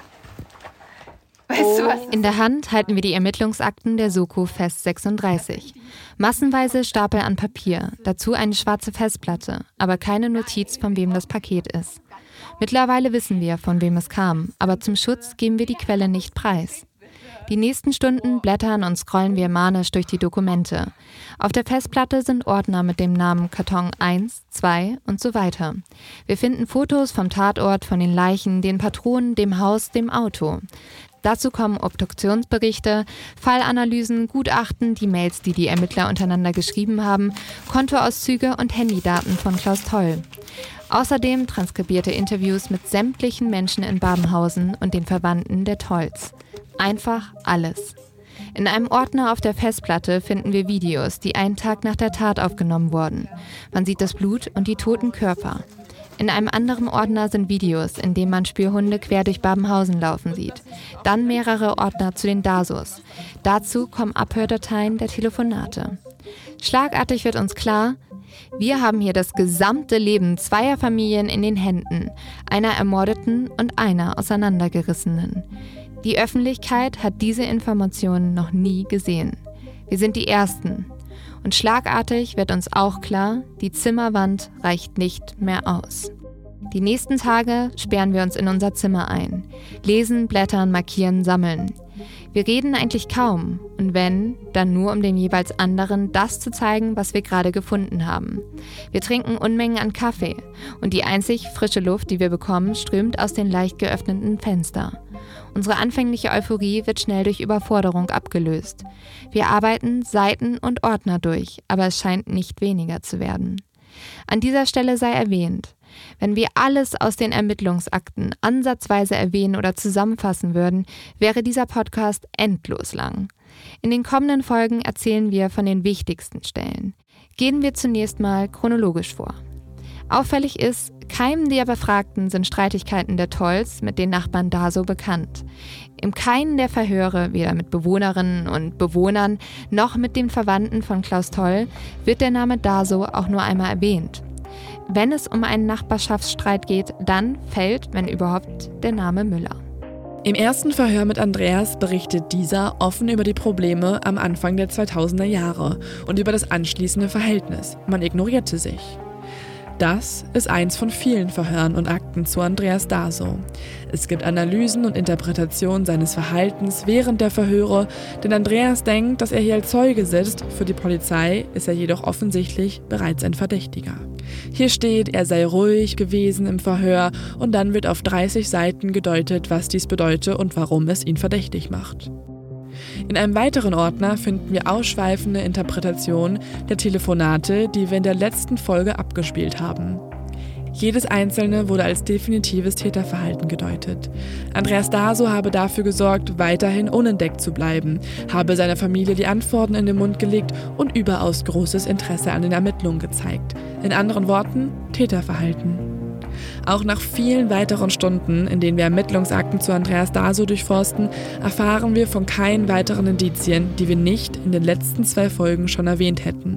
Weißt du was? In der Hand halten wir die Ermittlungsakten der Soko Fest 36. Massenweise Stapel an Papier, dazu eine schwarze Festplatte, aber keine Notiz, von wem das Paket ist. Mittlerweile wissen wir, von wem es kam, aber zum Schutz geben wir die Quelle nicht preis. Die nächsten Stunden blättern und scrollen wir manisch durch die Dokumente. Auf der Festplatte sind Ordner mit dem Namen Karton 1, 2 und so weiter. Wir finden Fotos vom Tatort, von den Leichen, den Patronen, dem Haus, dem Auto. Dazu kommen Obduktionsberichte, Fallanalysen, Gutachten, die Mails, die die Ermittler untereinander geschrieben haben, Kontoauszüge und Handydaten von Klaus Toll. Außerdem transkribierte Interviews mit sämtlichen Menschen in Babenhausen und den Verwandten der Tolls. Einfach alles. In einem Ordner auf der Festplatte finden wir Videos, die einen Tag nach der Tat aufgenommen wurden. Man sieht das Blut und die toten Körper. In einem anderen Ordner sind Videos, in denen man Spürhunde quer durch Babenhausen laufen sieht. Dann mehrere Ordner zu den DASOs. Dazu kommen Abhördateien der Telefonate. Schlagartig wird uns klar, wir haben hier das gesamte Leben zweier Familien in den Händen, einer Ermordeten und einer Auseinandergerissenen. Die Öffentlichkeit hat diese Informationen noch nie gesehen. Wir sind die Ersten. Und schlagartig wird uns auch klar, die Zimmerwand reicht nicht mehr aus. Die nächsten Tage sperren wir uns in unser Zimmer ein. Lesen, blättern, markieren, sammeln. Wir reden eigentlich kaum und wenn, dann nur um dem jeweils anderen das zu zeigen, was wir gerade gefunden haben. Wir trinken Unmengen an Kaffee und die einzig frische Luft, die wir bekommen, strömt aus den leicht geöffneten Fenstern. Unsere anfängliche Euphorie wird schnell durch Überforderung abgelöst. Wir arbeiten Seiten und Ordner durch, aber es scheint nicht weniger zu werden. An dieser Stelle sei erwähnt, wenn wir alles aus den Ermittlungsakten ansatzweise erwähnen oder zusammenfassen würden, wäre dieser Podcast endlos lang. In den kommenden Folgen erzählen wir von den wichtigsten Stellen. Gehen wir zunächst mal chronologisch vor. Auffällig ist, keinem der Befragten sind Streitigkeiten der Tolls mit den Nachbarn Daso bekannt. Im keinen der Verhöre, weder mit Bewohnerinnen und Bewohnern noch mit den Verwandten von Klaus Toll, wird der Name Daso auch nur einmal erwähnt. Wenn es um einen Nachbarschaftsstreit geht, dann fällt, wenn überhaupt, der Name Müller. Im ersten Verhör mit Andreas berichtet dieser offen über die Probleme am Anfang der 2000er Jahre und über das anschließende Verhältnis. Man ignorierte sich. Das ist eins von vielen Verhören und Akten zu Andreas Daso. Es gibt Analysen und Interpretationen seines Verhaltens während der Verhöre, denn Andreas denkt, dass er hier als Zeuge sitzt. Für die Polizei ist er jedoch offensichtlich bereits ein Verdächtiger. Hier steht, er sei ruhig gewesen im Verhör und dann wird auf 30 Seiten gedeutet, was dies bedeutet und warum es ihn verdächtig macht. In einem weiteren Ordner finden wir ausschweifende Interpretationen der Telefonate, die wir in der letzten Folge abgespielt haben. Jedes einzelne wurde als definitives Täterverhalten gedeutet. Andreas Daso habe dafür gesorgt, weiterhin unentdeckt zu bleiben, habe seiner Familie die Antworten in den Mund gelegt und überaus großes Interesse an den Ermittlungen gezeigt. In anderen Worten, Täterverhalten. Auch nach vielen weiteren Stunden, in denen wir Ermittlungsakten zu Andreas Daso durchforsten, erfahren wir von keinen weiteren Indizien, die wir nicht in den letzten 2 Folgen schon erwähnt hätten.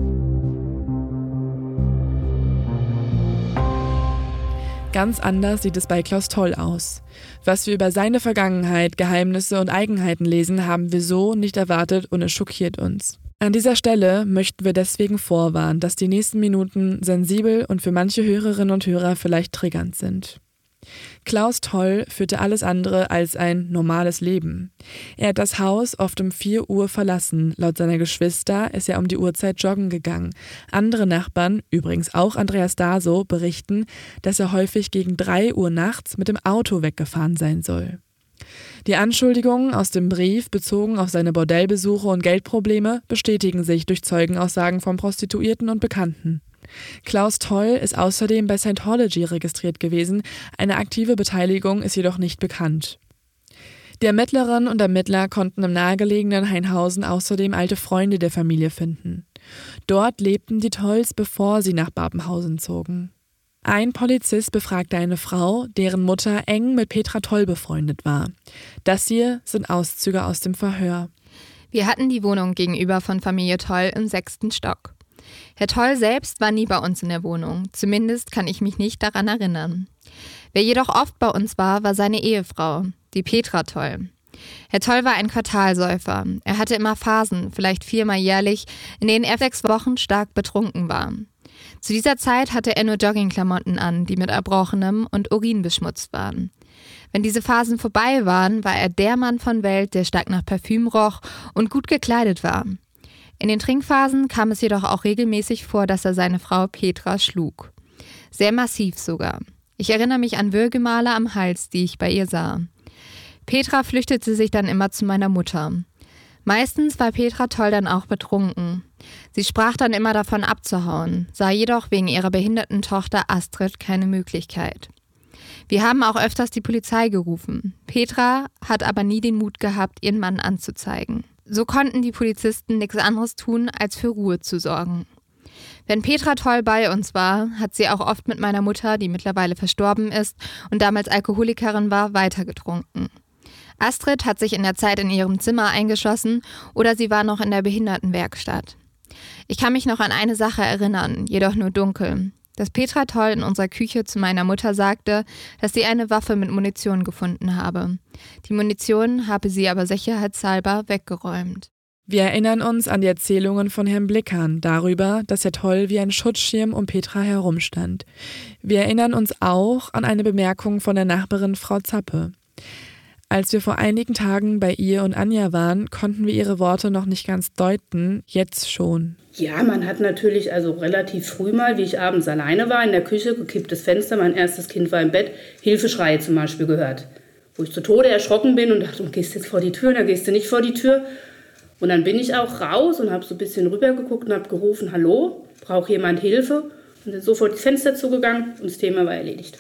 Ganz anders sieht es bei Klaus Toll aus. Was wir über seine Vergangenheit, Geheimnisse und Eigenheiten lesen, haben wir so nicht erwartet und es schockiert uns. An dieser Stelle möchten wir deswegen vorwarnen, dass die nächsten Minuten sensibel und für manche Hörerinnen und Hörer vielleicht triggernd sind. Klaus Toll führte alles andere als ein normales Leben. Er hat das Haus oft um 4 Uhr verlassen. Laut seiner Geschwister ist er um die Uhrzeit joggen gegangen. Andere Nachbarn, übrigens auch Andreas Daso, berichten, dass er häufig gegen 3 Uhr nachts mit dem Auto weggefahren sein soll. Die Anschuldigungen aus dem Brief bezogen auf seine Bordellbesuche und Geldprobleme bestätigen sich durch Zeugenaussagen von Prostituierten und Bekannten. Klaus Toll ist außerdem bei Scientology registriert gewesen, eine aktive Beteiligung ist jedoch nicht bekannt. Die Ermittlerinnen und Ermittler konnten im nahegelegenen Hainhausen außerdem alte Freunde der Familie finden. Dort lebten die Tolls, bevor sie nach Babenhausen zogen. Ein Polizist befragte eine Frau, deren Mutter eng mit Petra Toll befreundet war. Das hier sind Auszüge aus dem Verhör. Wir hatten die Wohnung gegenüber von Familie Toll im 6. Stock. Herr Toll selbst war nie bei uns in der Wohnung, zumindest kann ich mich nicht daran erinnern. Wer jedoch oft bei uns war seine Ehefrau, die Petra Toll. Herr Toll war ein Quartalsäufer. Er hatte immer Phasen, vielleicht 4-mal jährlich, in denen er 6 Wochen stark betrunken war. Zu dieser Zeit hatte er nur Joggingklamotten an, die mit Erbrochenem und Urin beschmutzt waren. Wenn diese Phasen vorbei waren, war er der Mann von Welt, der stark nach Parfüm roch und gut gekleidet war. In den Trinkphasen kam es jedoch auch regelmäßig vor, dass er seine Frau Petra schlug. Sehr massiv sogar. Ich erinnere mich an Würgemale am Hals, die ich bei ihr sah. Petra flüchtete sich dann immer zu meiner Mutter. Meistens war Petra Toll dann auch betrunken. Sie sprach dann immer davon abzuhauen, sah jedoch wegen ihrer behinderten Tochter Astrid keine Möglichkeit. Wir haben auch öfters die Polizei gerufen. Petra hat aber nie den Mut gehabt, ihren Mann anzuzeigen. So konnten die Polizisten nichts anderes tun, als für Ruhe zu sorgen. Wenn Petra Toll bei uns war, hat sie auch oft mit meiner Mutter, die mittlerweile verstorben ist und damals Alkoholikerin war, weitergetrunken. Astrid hat sich in der Zeit in ihrem Zimmer eingeschlossen oder sie war noch in der Behindertenwerkstatt. Ich kann mich noch an eine Sache erinnern, jedoch nur dunkel, dass Petra Toll in unserer Küche zu meiner Mutter sagte, dass sie eine Waffe mit Munition gefunden habe. Die Munition habe sie aber sicherheitshalber weggeräumt. Wir erinnern uns an die Erzählungen von Herrn Blickern darüber, dass Herr Toll wie ein Schutzschirm um Petra herumstand. Wir erinnern uns auch an eine Bemerkung von der Nachbarin Frau Zappe. Als wir vor einigen Tagen bei ihr und Anja waren, konnten wir ihre Worte noch nicht ganz deuten, jetzt schon. Ja, man hat natürlich relativ früh mal, wie ich abends alleine war, in der Küche, gekipptes Fenster, mein erstes Kind war im Bett, Hilfeschreie zum Beispiel gehört. Wo ich zu Tode erschrocken bin und dachte, gehst du jetzt vor die Tür, dann gehst du nicht vor die Tür. Und dann bin ich auch raus und habe so ein bisschen rübergeguckt und habe gerufen, hallo, braucht jemand Hilfe? Und dann sofort das Fenster zugegangen und das Thema war erledigt.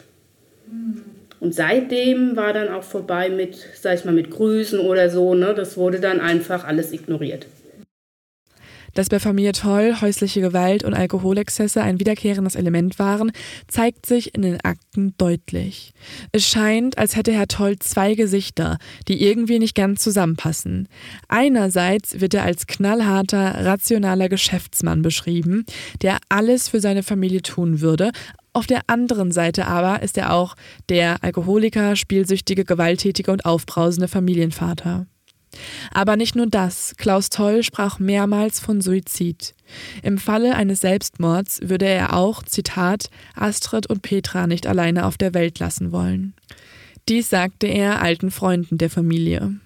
Und seitdem war dann auch vorbei mit, mit Grüßen oder so, ne? Das wurde dann einfach alles ignoriert. Dass bei Familie Toll häusliche Gewalt und Alkoholexzesse ein wiederkehrendes Element waren, zeigt sich in den Akten deutlich. Es scheint, als hätte Herr Toll 2 Gesichter, die irgendwie nicht ganz zusammenpassen. Einerseits wird er als knallharter, rationaler Geschäftsmann beschrieben, der alles für seine Familie tun würde. Auf der anderen Seite aber ist er auch der Alkoholiker, spielsüchtige, gewalttätige und aufbrausende Familienvater. Aber nicht nur das, Klaus Toll sprach mehrmals von Suizid. Im Falle eines Selbstmords würde er auch, Zitat, Astrid und Petra nicht alleine auf der Welt lassen wollen. Dies sagte er alten Freunden der Familie.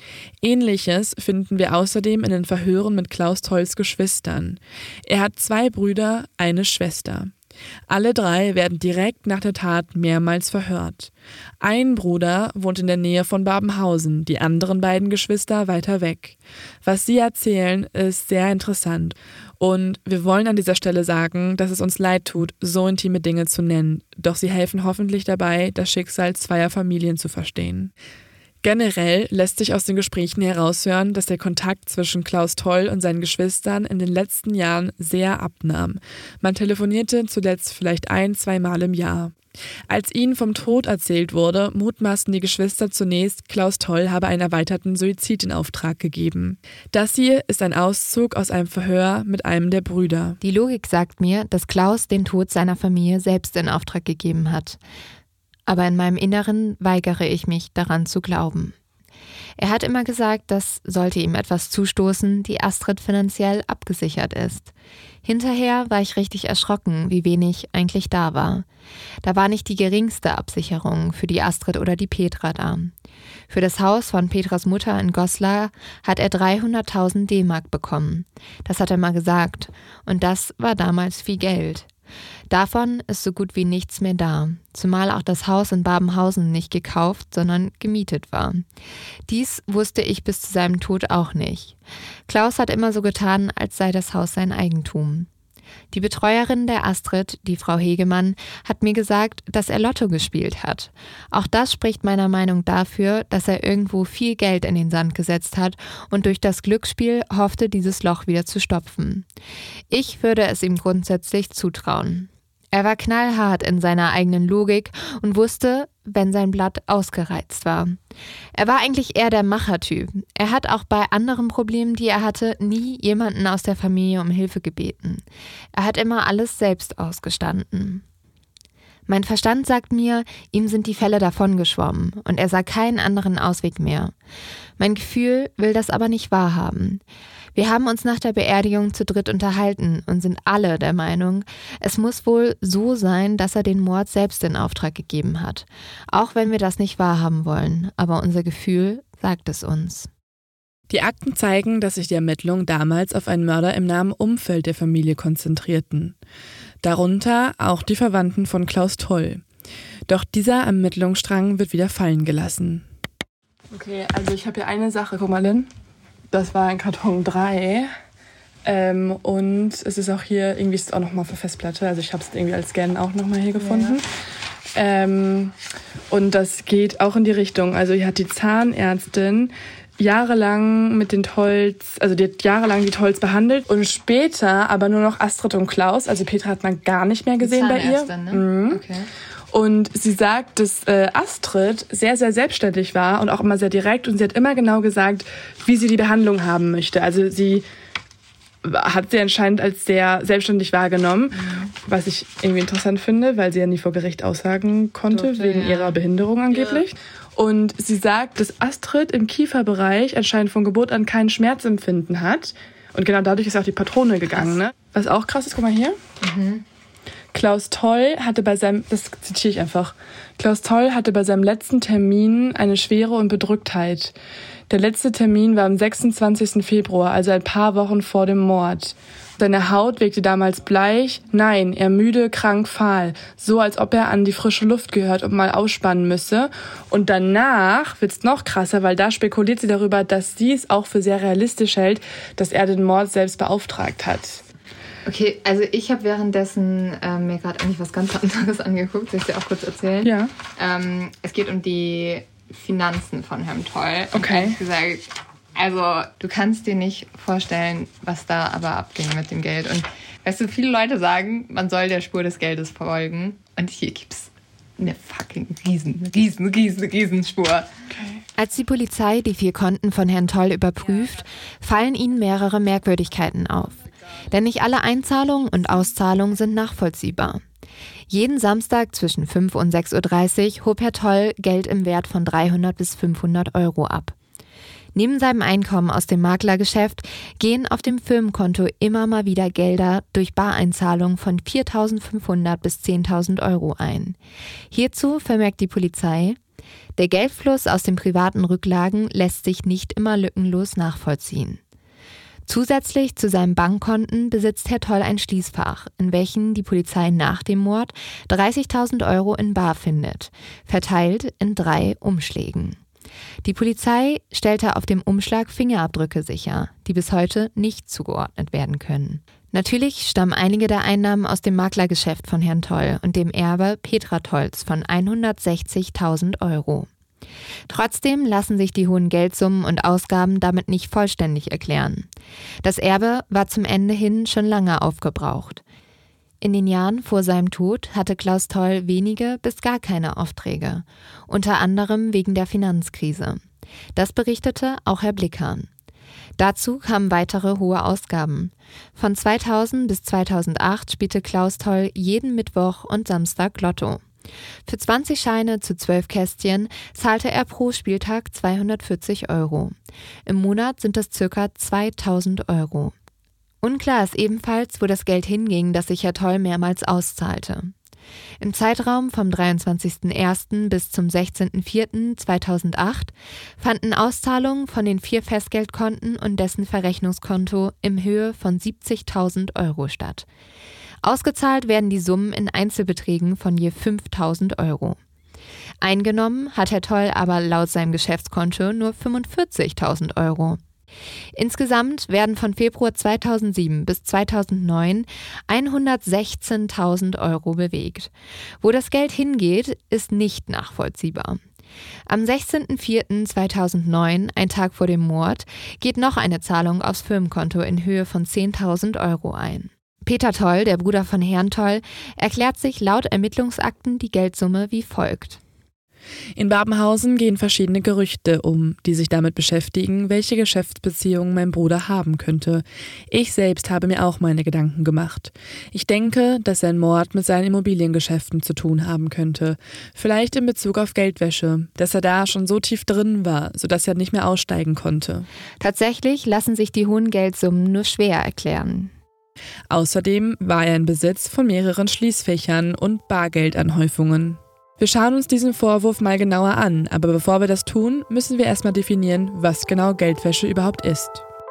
Ähnliches finden wir außerdem in den Verhören mit Klaus Tolls Geschwistern. Er hat 2 Brüder, eine Schwester. Alle 3 werden direkt nach der Tat mehrmals verhört. Ein Bruder wohnt in der Nähe von Babenhausen, die anderen beiden Geschwister weiter weg. Was sie erzählen, ist sehr interessant. Und wir wollen an dieser Stelle sagen, dass es uns leid tut, so intime Dinge zu nennen. Doch sie helfen hoffentlich dabei, das Schicksal zweier Familien zu verstehen. Generell lässt sich aus den Gesprächen heraushören, dass der Kontakt zwischen Klaus Toll und seinen Geschwistern in den letzten Jahren sehr abnahm. Man telefonierte zuletzt vielleicht 1-2 Mal im Jahr. Als ihnen vom Tod erzählt wurde, mutmaßten die Geschwister zunächst, Klaus Toll habe einen erweiterten Suizid in Auftrag gegeben. Das hier ist ein Auszug aus einem Verhör mit einem der Brüder. Die Logik sagt mir, dass Klaus den Tod seiner Familie selbst in Auftrag gegeben hat. Aber in meinem Inneren weigere ich mich, daran zu glauben. Er hat immer gesagt, dass, sollte ihm etwas zustoßen, die Astrid finanziell abgesichert ist. Hinterher war ich richtig erschrocken, wie wenig eigentlich da war. Da war nicht die geringste Absicherung für die Astrid oder die Petra da. Für das Haus von Petras Mutter in Goslar hat er 300.000 D-Mark bekommen. Das hat er mal gesagt. Und das war damals viel Geld. Davon ist so gut wie nichts mehr da, zumal auch das Haus in Babenhausen nicht gekauft, sondern gemietet war. Dies wusste ich bis zu seinem Tod auch nicht. Klaus hat immer so getan, als sei das Haus sein Eigentum. Die Betreuerin der Astrid, die Frau Hegemann, hat mir gesagt, dass er Lotto gespielt hat. Auch das spricht meiner Meinung dafür, dass er irgendwo viel Geld in den Sand gesetzt hat und durch das Glücksspiel hoffte, dieses Loch wieder zu stopfen. Ich würde es ihm grundsätzlich zutrauen. Er war knallhart in seiner eigenen Logik und wusste, wenn sein Blatt ausgereizt war. Er war eigentlich eher der Machertyp. Er hat auch bei anderen Problemen, die er hatte, nie jemanden aus der Familie um Hilfe gebeten. Er hat immer alles selbst ausgestanden. Mein Verstand sagt mir, ihm sind die Fälle davongeschwommen und er sah keinen anderen Ausweg mehr. Mein Gefühl will das aber nicht wahrhaben. Wir haben uns nach der Beerdigung zu dritt unterhalten und sind alle der Meinung, es muss wohl so sein, dass er den Mord selbst in Auftrag gegeben hat. Auch wenn wir das nicht wahrhaben wollen, aber unser Gefühl sagt es uns. Die Akten zeigen, dass sich die Ermittlungen damals auf einen Mörder im nahen Umfeld der Familie konzentrierten. Darunter auch die Verwandten von Klaus Toll. Doch dieser Ermittlungsstrang wird wieder fallen gelassen. Okay, also ich habe hier eine Sache, guck mal, Lynn. Das war in Karton 3 und es ist auch hier, irgendwie ist es auch nochmal für Festplatte, also ich habe es irgendwie als Scan auch nochmal hier gefunden. Ja. Und das geht auch in die Richtung, also hier hat die Zahnärztin jahrelang mit den Tolls, also die hat jahrelang die Tolls behandelt und später aber nur noch Astrid und Klaus, also Petra hat man gar nicht mehr gesehen bei ihr. Ne? Mhm. Okay. Und sie sagt, dass Astrid sehr, sehr selbstständig war und auch immer sehr direkt. Und sie hat immer genau gesagt, wie sie die Behandlung haben möchte. Also sie hat sie anscheinend als sehr selbstständig wahrgenommen, was ich irgendwie interessant finde, weil sie ja nie vor Gericht aussagen konnte, wegen ihrer Behinderung angeblich. Ja. Und sie sagt, dass Astrid im Kieferbereich anscheinend von Geburt an kein Schmerzempfinden hat. Und genau dadurch ist auch die Patrone gegangen. Ne? Was auch krass ist, guck mal hier. Mhm. Klaus Toll hatte bei seinem, das zitiere ich einfach, Klaus Toll hatte bei seinem letzten Termin eine Schwere und Bedrücktheit. Der letzte Termin war am 26. Februar, also ein paar Wochen vor dem Mord. Seine Haut wirkte damals bleich, nein, er müde, krank, fahl, so als ob er an die frische Luft gehört und mal ausspannen müsse. Und danach wird's noch krasser, weil da spekuliert sie darüber, dass sie es auch für sehr realistisch hält, dass er den Mord selbst beauftragt hat. Okay, also ich habe währenddessen mir gerade eigentlich was ganz anderes angeguckt. Soll ich dir auch kurz erzählen? Ja. Es geht um die Finanzen von Herrn Toll. Okay. Und gesagt, also du kannst dir nicht vorstellen, was da aber abging mit dem Geld. Und weißt du, viele Leute sagen, man soll der Spur des Geldes folgen. Und hier gibt's eine fucking riesen Spur. Okay. Als die Polizei die 4 Konten von Herrn Toll überprüft, fallen ihnen mehrere Merkwürdigkeiten auf. Denn nicht alle Einzahlungen und Auszahlungen sind nachvollziehbar. Jeden Samstag zwischen 5 und 6.30 Uhr hob Herr Toll Geld im Wert von 300 bis 500 Euro ab. Neben seinem Einkommen aus dem Maklergeschäft gehen auf dem Firmenkonto immer mal wieder Gelder durch Bareinzahlungen von 4.500 bis 10.000 Euro ein. Hierzu vermerkt die Polizei: Der Geldfluss aus den privaten Rücklagen lässt sich nicht immer lückenlos nachvollziehen. Zusätzlich zu seinen Bankkonten besitzt Herr Toll ein Schließfach, in welchem die Polizei nach dem Mord 30.000 Euro in bar findet, verteilt in 3 Umschlägen. Die Polizei stellte auf dem Umschlag Fingerabdrücke sicher, die bis heute nicht zugeordnet werden können. Natürlich stammen einige der Einnahmen aus dem Maklergeschäft von Herrn Toll und dem Erbe Petra Tolls von 160.000 Euro. Trotzdem lassen sich die hohen Geldsummen und Ausgaben damit nicht vollständig erklären. Das Erbe war zum Ende hin schon lange aufgebraucht. In den Jahren vor seinem Tod hatte Klaus Toll wenige bis gar keine Aufträge, unter anderem wegen der Finanzkrise. Das berichtete auch Herr Blickern. Dazu kamen weitere hohe Ausgaben. Von 2000 bis 2008 spielte Klaus Toll jeden Mittwoch und Samstag Lotto. Für 20 Scheine zu 12 Kästchen zahlte er pro Spieltag 240 Euro. Im Monat sind das ca. 2.000 Euro. Unklar ist ebenfalls, wo das Geld hinging, das sich Herr Toll mehrmals auszahlte. Im Zeitraum vom 23.01. bis zum 16.04.2008 fanden Auszahlungen von den 4 Festgeldkonten und dessen Verrechnungskonto in Höhe von 70.000 Euro statt. Ausgezahlt werden die Summen in Einzelbeträgen von je 5.000 Euro. Eingenommen hat Herr Toll aber laut seinem Geschäftskonto nur 45.000 Euro. Insgesamt werden von Februar 2007 bis 2009 116.000 Euro bewegt. Wo das Geld hingeht, ist nicht nachvollziehbar. Am 16.04.2009, ein Tag vor dem Mord, geht noch eine Zahlung aufs Firmenkonto in Höhe von 10.000 Euro ein. Peter Toll, der Bruder von Herrn Toll, erklärt sich laut Ermittlungsakten die Geldsumme wie folgt. In Babenhausen gehen verschiedene Gerüchte um, die sich damit beschäftigen, welche Geschäftsbeziehungen mein Bruder haben könnte. Ich selbst habe mir auch meine Gedanken gemacht. Ich denke, dass sein Mord mit seinen Immobiliengeschäften zu tun haben könnte. Vielleicht in Bezug auf Geldwäsche, dass er da schon so tief drin war, sodass er nicht mehr aussteigen konnte. Tatsächlich lassen sich die hohen Geldsummen nur schwer erklären. Außerdem war er in Besitz von mehreren Schließfächern und Bargeldanhäufungen. Wir schauen uns diesen Vorwurf mal genauer an, aber bevor wir das tun, müssen wir erstmal definieren, was genau Geldwäsche überhaupt ist.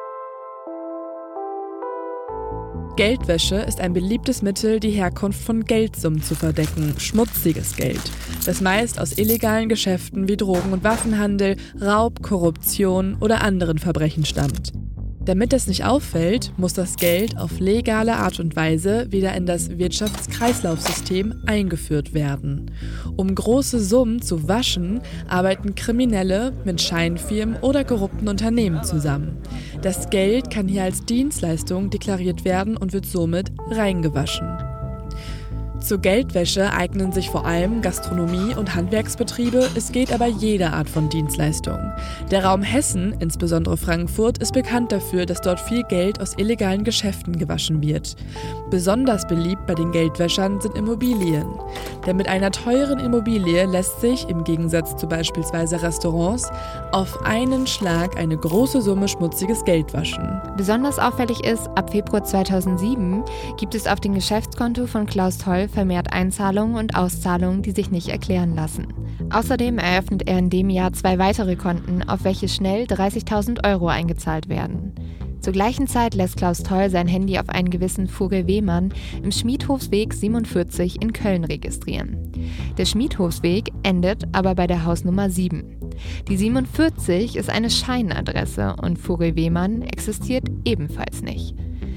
Geldwäsche ist ein beliebtes Mittel, die Herkunft von Geldsummen zu verdecken, schmutziges Geld, das meist aus illegalen Geschäften wie Drogen- und Waffenhandel, Raub, Korruption oder anderen Verbrechen stammt. Damit das nicht auffällt, muss das Geld auf legale Art und Weise wieder in das Wirtschaftskreislaufsystem eingeführt werden. Um große Summen zu waschen, arbeiten Kriminelle mit Scheinfirmen oder korrupten Unternehmen zusammen. Das Geld kann hier als Dienstleistung deklariert werden und wird somit reingewaschen. Zur Geldwäsche eignen sich vor allem Gastronomie- und Handwerksbetriebe, es geht aber jede Art von Dienstleistung. Der Raum Hessen, insbesondere Frankfurt, ist bekannt dafür, dass dort viel Geld aus illegalen Geschäften gewaschen wird. Besonders beliebt bei den Geldwäschern sind Immobilien. Denn mit einer teuren Immobilie lässt sich, im Gegensatz zu beispielsweise Restaurants, auf einen Schlag eine große Summe schmutziges Geld waschen. Besonders auffällig ist, ab Februar 2007 gibt es auf dem Geschäftskonto von Klaus Toll vermehrt Einzahlungen und Auszahlungen, die sich nicht erklären lassen. Außerdem eröffnet er in dem Jahr 2 weitere Konten, auf welche schnell 30.000 Euro eingezahlt werden. Zur gleichen Zeit lässt Klaus Toll sein Handy auf einen gewissen Vogel Wehmann im Schmiedhofsweg 47 in Köln registrieren. Der Schmiedhofsweg endet aber bei der Hausnummer 7. Die 47 ist eine Scheinadresse und Vogel Wehmann existiert ebenfalls nicht.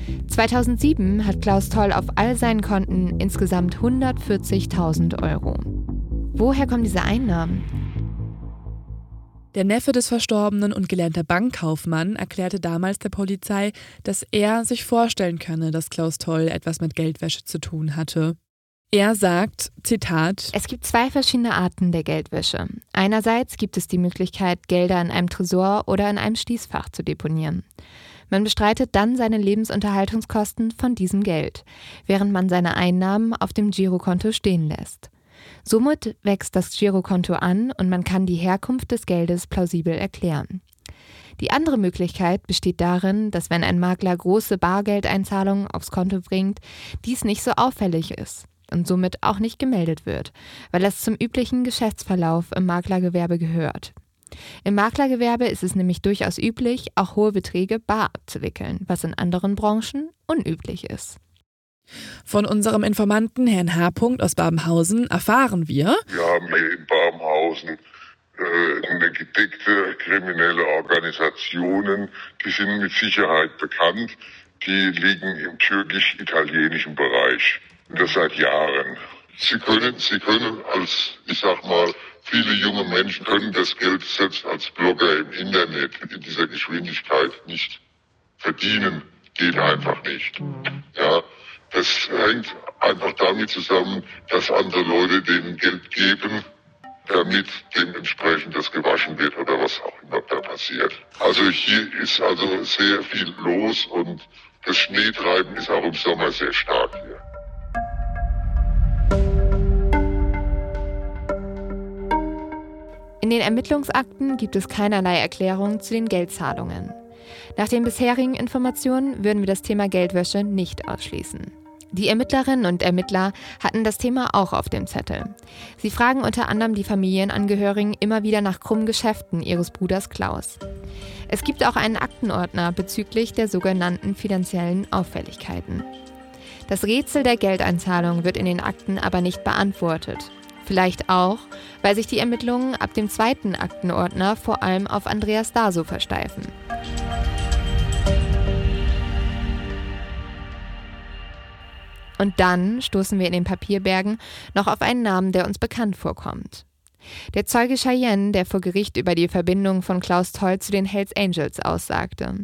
2007 hat Klaus Toll auf all seinen Konten insgesamt 140.000 Euro. Woher kommen diese Einnahmen? Der Neffe des Verstorbenen und gelernter Bankkaufmann erklärte damals der Polizei, dass er sich vorstellen könne, dass Klaus Toll etwas mit Geldwäsche zu tun hatte. Er sagt, Zitat: Es gibt 2 verschiedene Arten der Geldwäsche. Einerseits gibt es die Möglichkeit, Gelder in einem Tresor oder in einem Schließfach zu deponieren. Man bestreitet dann seine Lebensunterhaltungskosten von diesem Geld, während man seine Einnahmen auf dem Girokonto stehen lässt. Somit wächst das Girokonto an und man kann die Herkunft des Geldes plausibel erklären. Die andere Möglichkeit besteht darin, dass wenn ein Makler große Bargeldeinzahlungen aufs Konto bringt, dies nicht so auffällig ist und somit auch nicht gemeldet wird, weil es zum üblichen Geschäftsverlauf im Maklergewerbe gehört. Im Maklergewerbe ist es nämlich durchaus üblich, auch hohe Beträge bar abzuwickeln, was in anderen Branchen unüblich ist. Von unserem Informanten Herrn H. aus Babenhausen erfahren wir: Wir haben hier in Babenhausen eine gedeckte kriminelle Organisationen, die sind mit Sicherheit bekannt, die liegen im türkisch-italienischen Bereich. Und das seit Jahren. Sie können als, ich sag mal, viele junge Menschen können das Geld selbst als Blogger im Internet in dieser Geschwindigkeit nicht verdienen. Geht einfach nicht. Ja, das hängt einfach damit zusammen, dass andere Leute denen Geld geben, damit dementsprechend das gewaschen wird oder was auch immer da passiert. Also hier ist also sehr viel los und das Schneetreiben ist auch im Sommer sehr stark hier. In den Ermittlungsakten gibt es keinerlei Erklärung zu den Geldzahlungen. Nach den bisherigen Informationen würden wir das Thema Geldwäsche nicht ausschließen. Die Ermittlerinnen und Ermittler hatten das Thema auch auf dem Zettel. Sie fragen unter anderem die Familienangehörigen immer wieder nach krummen Geschäften ihres Bruders Klaus. Es gibt auch einen Aktenordner bezüglich der sogenannten finanziellen Auffälligkeiten. Das Rätsel der Geldeinzahlung wird in den Akten aber nicht beantwortet. Vielleicht auch, weil sich die Ermittlungen ab dem zweiten Aktenordner vor allem auf Andreas Daso versteifen. Und dann stoßen wir in den Papierbergen noch auf einen Namen, der uns bekannt vorkommt. Der Zeuge Cheyenne, der vor Gericht über die Verbindung von Klaus Toll zu den Hells Angels aussagte.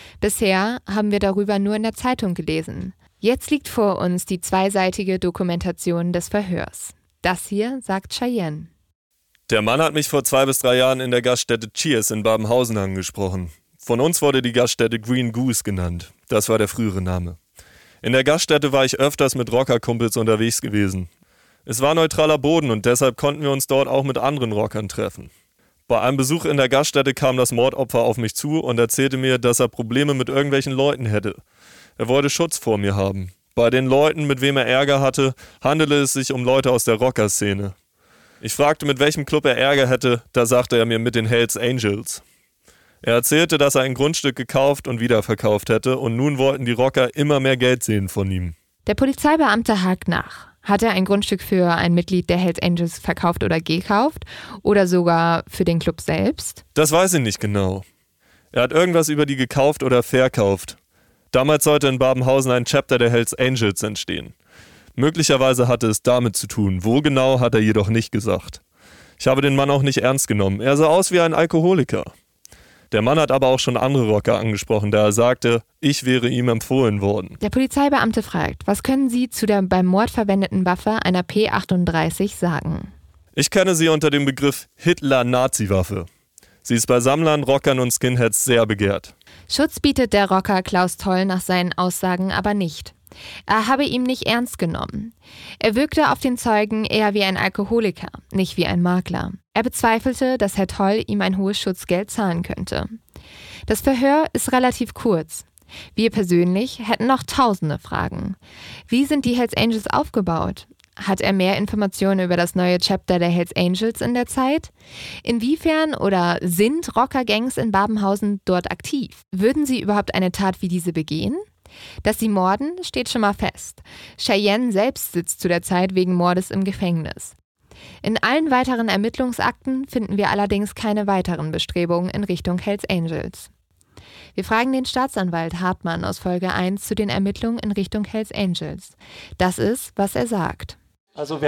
Bisher haben wir darüber nur in der Zeitung gelesen. Jetzt liegt vor uns die zweiseitige Dokumentation des Verhörs. Das hier sagt Cheyenne. Der Mann hat mich vor 2 bis 3 Jahren in der Gaststätte Cheers in Babenhausen angesprochen. Von uns wurde die Gaststätte Green Goose genannt. Das war der frühere Name. In der Gaststätte war ich öfters mit Rockerkumpels unterwegs gewesen. Es war neutraler Boden und deshalb konnten wir uns dort auch mit anderen Rockern treffen. Bei einem Besuch in der Gaststätte kam das Mordopfer auf mich zu und erzählte mir, dass er Probleme mit irgendwelchen Leuten hätte. Er wollte Schutz vor mir haben. Bei den Leuten, mit wem er Ärger hatte, handelte es sich um Leute aus der Rockerszene. Ich fragte, mit welchem Club er Ärger hätte, da sagte er mir mit den Hells Angels. Er erzählte, dass er ein Grundstück gekauft und wiederverkauft hätte und nun wollten die Rocker immer mehr Geld sehen von ihm. Der Polizeibeamte hakt nach. Hat er ein Grundstück für ein Mitglied der Hells Angels verkauft oder gekauft? Oder sogar für den Club selbst? Das weiß ich nicht genau. Er hat irgendwas über die gekauft oder verkauft. Damals sollte in Babenhausen ein Chapter der Hells Angels entstehen. Möglicherweise hatte es damit zu tun. Wo genau, hat er jedoch nicht gesagt. Ich habe den Mann auch nicht ernst genommen. Er sah aus wie ein Alkoholiker. Der Mann hat aber auch schon andere Rocker angesprochen, da er sagte, ich wäre ihm empfohlen worden. Der Polizeibeamte fragt, was können Sie zu der beim Mord verwendeten Waffe, einer P38, sagen? Ich kenne sie unter dem Begriff Hitler-Nazi-Waffe. Sie ist bei Sammlern, Rockern und Skinheads sehr begehrt. Schutz bietet der Rocker Klaus Toll nach seinen Aussagen aber nicht. Er habe ihn nicht ernst genommen. Er wirkte auf den Zeugen eher wie ein Alkoholiker, nicht wie ein Makler. Er bezweifelte, dass Herr Toll ihm ein hohes Schutzgeld zahlen könnte. Das Verhör ist relativ kurz. Wir persönlich hätten noch tausende Fragen. Wie sind die Hells Angels aufgebaut? Hat er mehr Informationen über das neue Chapter der Hells Angels in der Zeit? Inwiefern oder sind Rockergangs in Babenhausen dort aktiv? Würden sie überhaupt eine Tat wie diese begehen? Dass sie morden, steht schon mal fest. Cheyenne selbst sitzt zu der Zeit wegen Mordes im Gefängnis. In allen weiteren Ermittlungsakten finden wir allerdings keine weiteren Bestrebungen in Richtung Hells Angels. Wir fragen den Staatsanwalt Hartmann aus Folge 1 zu den Ermittlungen in Richtung Hells Angels. Das ist, was er sagt. Also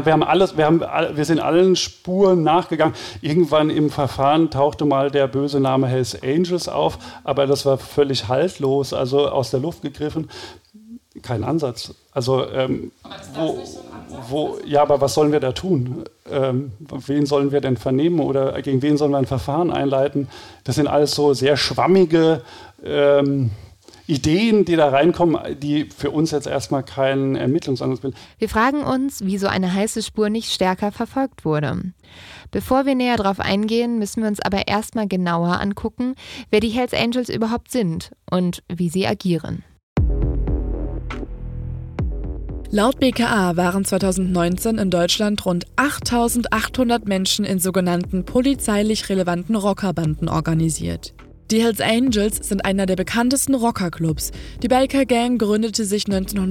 wir sind allen Spuren nachgegangen. Irgendwann im Verfahren tauchte mal der böse Name Hells Angels auf, aber das war völlig haltlos, also aus der Luft gegriffen. Kein Ansatz. Also aber was sollen wir da tun? wen sollen wir denn vernehmen oder gegen wen sollen wir ein Verfahren einleiten. Das sind alles so sehr schwammige Ideen, die da reinkommen, die für uns jetzt erstmal keinen Ermittlungsansatz bilden. Wir fragen uns, wie so eine heiße Spur nicht stärker verfolgt wurde. Bevor wir näher darauf eingehen, müssen wir uns aber erstmal genauer angucken, wer die Hells Angels überhaupt sind und wie sie agieren. Laut BKA waren 2019 in Deutschland rund 8.800 Menschen in sogenannten polizeilich relevanten Rockerbanden organisiert. Die Hells Angels sind einer der bekanntesten Rockerclubs. Die Biker Gang gründete sich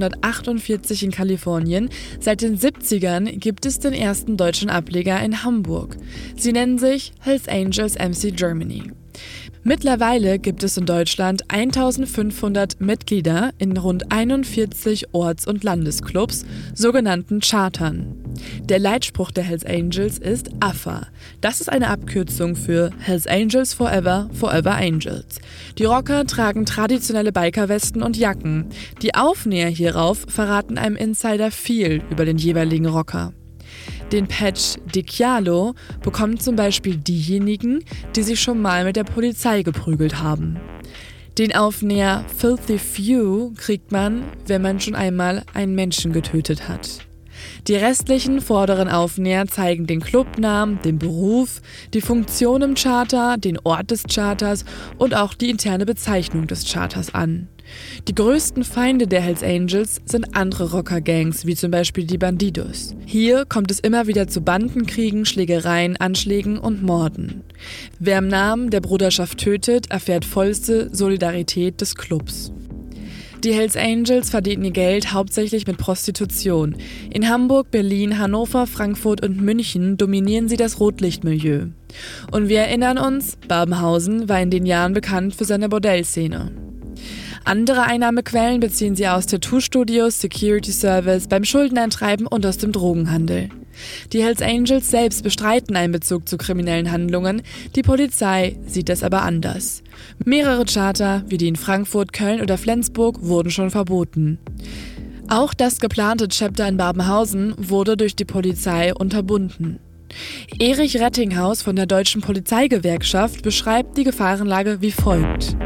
1948 in Kalifornien. Seit den 70ern gibt es den ersten deutschen Ableger in Hamburg. Sie nennen sich Hells Angels MC Germany. Mittlerweile gibt es in Deutschland 1.500 Mitglieder in rund 41 Orts- und Landesclubs, sogenannten Chartern. Der Leitspruch der Hells Angels ist AFA. Das ist eine Abkürzung für Hells Angels Forever, Forever Angels. Die Rocker tragen traditionelle Bikerwesten und Jacken. Die Aufnäher hierauf verraten einem Insider viel über den jeweiligen Rocker. Den Patch Dichialo bekommen zum Beispiel diejenigen, die sich schon mal mit der Polizei geprügelt haben. Den Aufnäher Filthy Few kriegt man, wenn man schon einmal einen Menschen getötet hat. Die restlichen vorderen Aufnäher zeigen den Clubnamen, den Beruf, die Funktion im Charter, den Ort des Charters und auch die interne Bezeichnung des Charters an. Die größten Feinde der Hells Angels sind andere Rockergangs, wie zum Beispiel die Bandidos. Hier kommt es immer wieder zu Bandenkriegen, Schlägereien, Anschlägen und Morden. Wer im Namen der Bruderschaft tötet, erfährt vollste Solidarität des Clubs. Die Hells Angels verdienen ihr Geld hauptsächlich mit Prostitution. In Hamburg, Berlin, Hannover, Frankfurt und München dominieren sie das Rotlichtmilieu. Und wir erinnern uns, Babenhausen war in den Jahren bekannt für seine Bordellszene. Andere Einnahmequellen beziehen sie aus Tattoo-Studios, Security Service, beim Schuldeneintreiben und aus dem Drogenhandel. Die Hells Angels selbst bestreiten einen Bezug zu kriminellen Handlungen, die Polizei sieht das aber anders. Mehrere Charter, wie die in Frankfurt, Köln oder Flensburg, wurden schon verboten. Auch das geplante Chapter in Babenhausen wurde durch die Polizei unterbunden. Erich Rettinghaus von der Deutschen Polizeigewerkschaft beschreibt die Gefahrenlage wie folgt.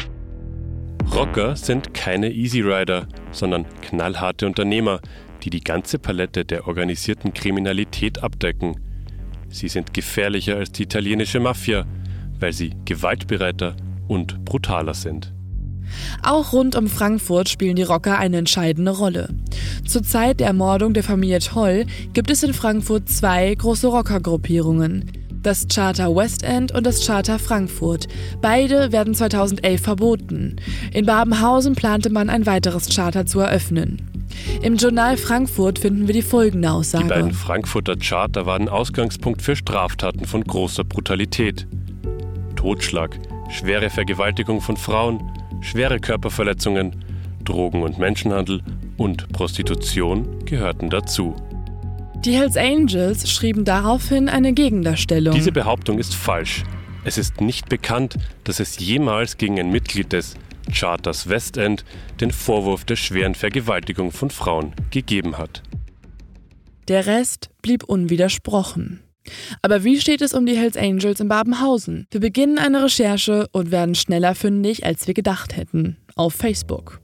Rocker sind keine Easy Rider, sondern knallharte Unternehmer, die die ganze Palette der organisierten Kriminalität abdecken. Sie sind gefährlicher als die italienische Mafia, weil sie gewaltbereiter und brutaler sind. Auch rund um Frankfurt spielen die Rocker eine entscheidende Rolle. Zur Zeit der Ermordung der Familie Toll gibt es in Frankfurt 2 große Rockergruppierungen. Das Charter West End und das Charter Frankfurt. Beide werden 2011 verboten. In Babenhausen plante man ein weiteres Charter zu eröffnen. Im Journal Frankfurt finden wir die folgende Aussage. Die beiden Frankfurter Charter waren Ausgangspunkt für Straftaten von großer Brutalität. Totschlag, schwere Vergewaltigung von Frauen, schwere Körperverletzungen, Drogen- und Menschenhandel und Prostitution gehörten dazu. Die Hells Angels schrieben daraufhin eine Gegendarstellung. Diese Behauptung ist falsch. Es ist nicht bekannt, dass es jemals gegen ein Mitglied des Charters West End den Vorwurf der schweren Vergewaltigung von Frauen gegeben hat. Der Rest blieb unwidersprochen. Aber wie steht es um die Hells Angels in Babenhausen? Wir beginnen eine Recherche und werden schneller fündig, als wir gedacht hätten. Auf Facebook.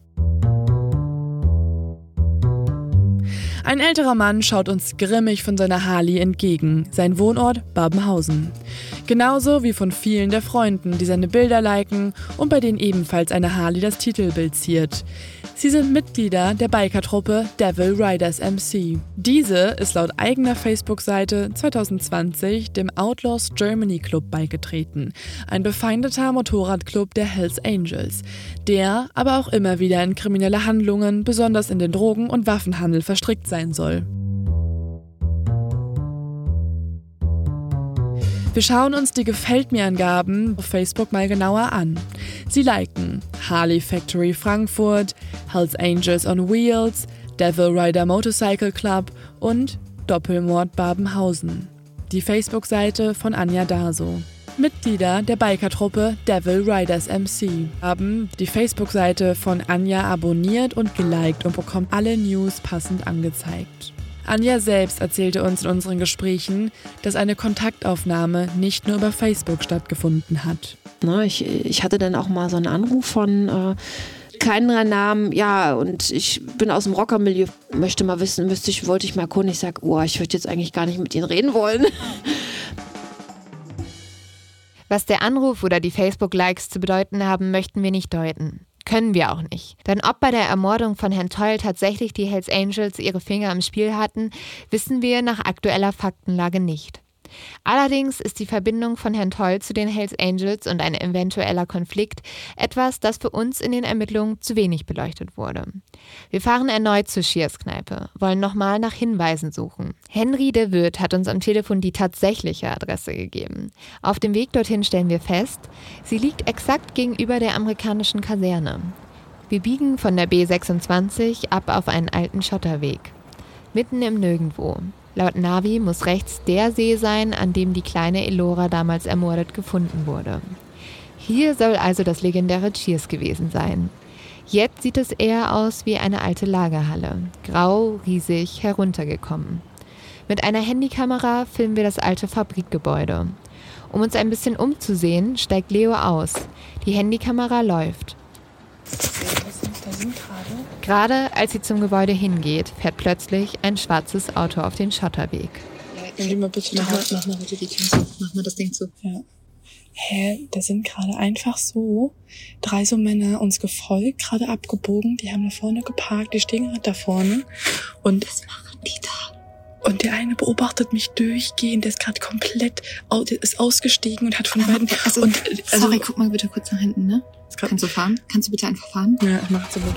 Ein älterer Mann schaut uns grimmig von seiner Harley entgegen, sein Wohnort Babenhausen. Genauso wie von vielen der Freunden, die seine Bilder liken und bei denen ebenfalls eine Harley das Titelbild ziert. Sie sind Mitglieder der Bikertruppe Devil Riders MC. Diese ist laut eigener Facebook-Seite 2020 dem Outlaws Germany Club beigetreten, ein befeindeter Motorradclub der Hells Angels, der aber auch immer wieder in kriminelle Handlungen, besonders in den Drogen- und Waffenhandel verstrickt sein soll. Wir schauen uns die Gefällt-mir-Angaben auf Facebook mal genauer an. Sie liken Harley Factory Frankfurt, Hells Angels on Wheels, Devil Rider Motorcycle Club und Doppelmord Babenhausen. Die Facebook-Seite von Anja Daso. Mitglieder der Bikertruppe Devil Riders MC haben die Facebook-Seite von Anja abonniert und geliked und bekommen alle News passend angezeigt. Anja selbst erzählte uns in unseren Gesprächen, dass eine Kontaktaufnahme nicht nur über Facebook stattgefunden hat. Ich hatte dann auch mal so einen Anruf von keinen Namen, ja, und ich bin aus dem Rockermilieu, möchte mal wissen, wollte ich mal erkunden. Ich sage, ich würde jetzt eigentlich gar nicht mit Ihnen reden wollen. Was der Anruf oder die Facebook-Likes zu bedeuten haben, möchten wir nicht deuten. Können wir auch nicht. Denn ob bei der Ermordung von Herrn Toll tatsächlich die Hells Angels ihre Finger im Spiel hatten, wissen wir nach aktueller Faktenlage nicht. Allerdings ist die Verbindung von Herrn Toll zu den Hells Angels und ein eventueller Konflikt etwas, das für uns in den Ermittlungen zu wenig beleuchtet wurde. Wir fahren erneut zur Cheers-Kneipe, wollen nochmal nach Hinweisen suchen. Henry, der Wirt, hat uns am Telefon die tatsächliche Adresse gegeben. Auf dem Weg dorthin stellen wir fest, sie liegt exakt gegenüber der amerikanischen Kaserne. Wir biegen von der B26 ab auf einen alten Schotterweg. Mitten im Nirgendwo. Laut Navi muss rechts der See sein, an dem die kleine Elora damals ermordet gefunden wurde. Hier soll also das legendäre Cheers gewesen sein. Jetzt sieht es eher aus wie eine alte Lagerhalle. Grau, riesig, heruntergekommen. Mit einer Handykamera filmen wir das alte Fabrikgebäude. Um uns ein bisschen umzusehen, steigt Leo aus. Die Handykamera läuft. Gerade als sie zum Gebäude hingeht, fährt plötzlich ein schwarzes Auto auf den Schotterweg. Ja, mal bitte mach mal bitte die Tür zu. Mach mal das Ding zu. Ja. Da sind gerade einfach so 3 so Männer uns gefolgt, gerade abgebogen. Die haben da vorne geparkt, die stehen gerade da vorne. Und was machen die da? Und der eine beobachtet mich durchgehend, der ist gerade komplett ist ausgestiegen und hat von beiden... Sorry, guck mal bitte kurz nach hinten, ne? Kannst du fahren? Kannst du bitte einfach fahren? Ja, ich mach so gut.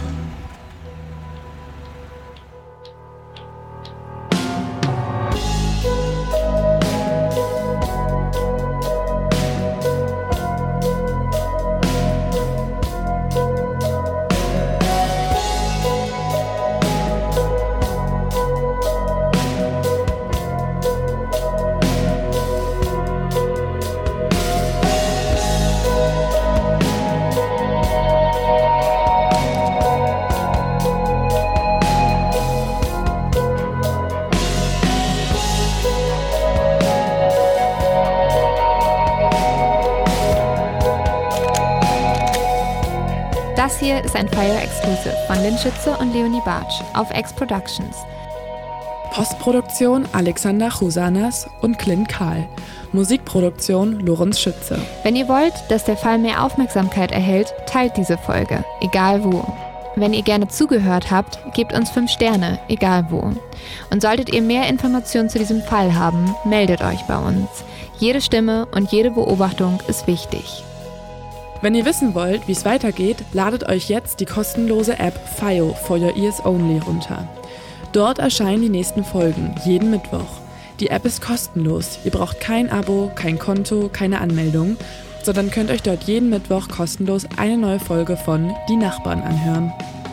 Das hier ist ein Fire Exclusive von Lynn Schütze und Leonie Bartsch auf X Productions. Postproduktion Alexander Chusanas und Clint Kahl. Musikproduktion Lorenz Schütze. Wenn ihr wollt, dass der Fall mehr Aufmerksamkeit erhält, teilt diese Folge, egal wo. Wenn ihr gerne zugehört habt, gebt uns 5 Sterne, egal wo. Und solltet ihr mehr Informationen zu diesem Fall haben, meldet euch bei uns. Jede Stimme und jede Beobachtung ist wichtig. Wenn ihr wissen wollt, wie es weitergeht, ladet euch jetzt die kostenlose App FIO for Your Ears Only runter. Dort erscheinen die nächsten Folgen, jeden Mittwoch. Die App ist kostenlos, ihr braucht kein Abo, kein Konto, keine Anmeldung, sondern könnt euch dort jeden Mittwoch kostenlos eine neue Folge von Die Nachbarn anhören.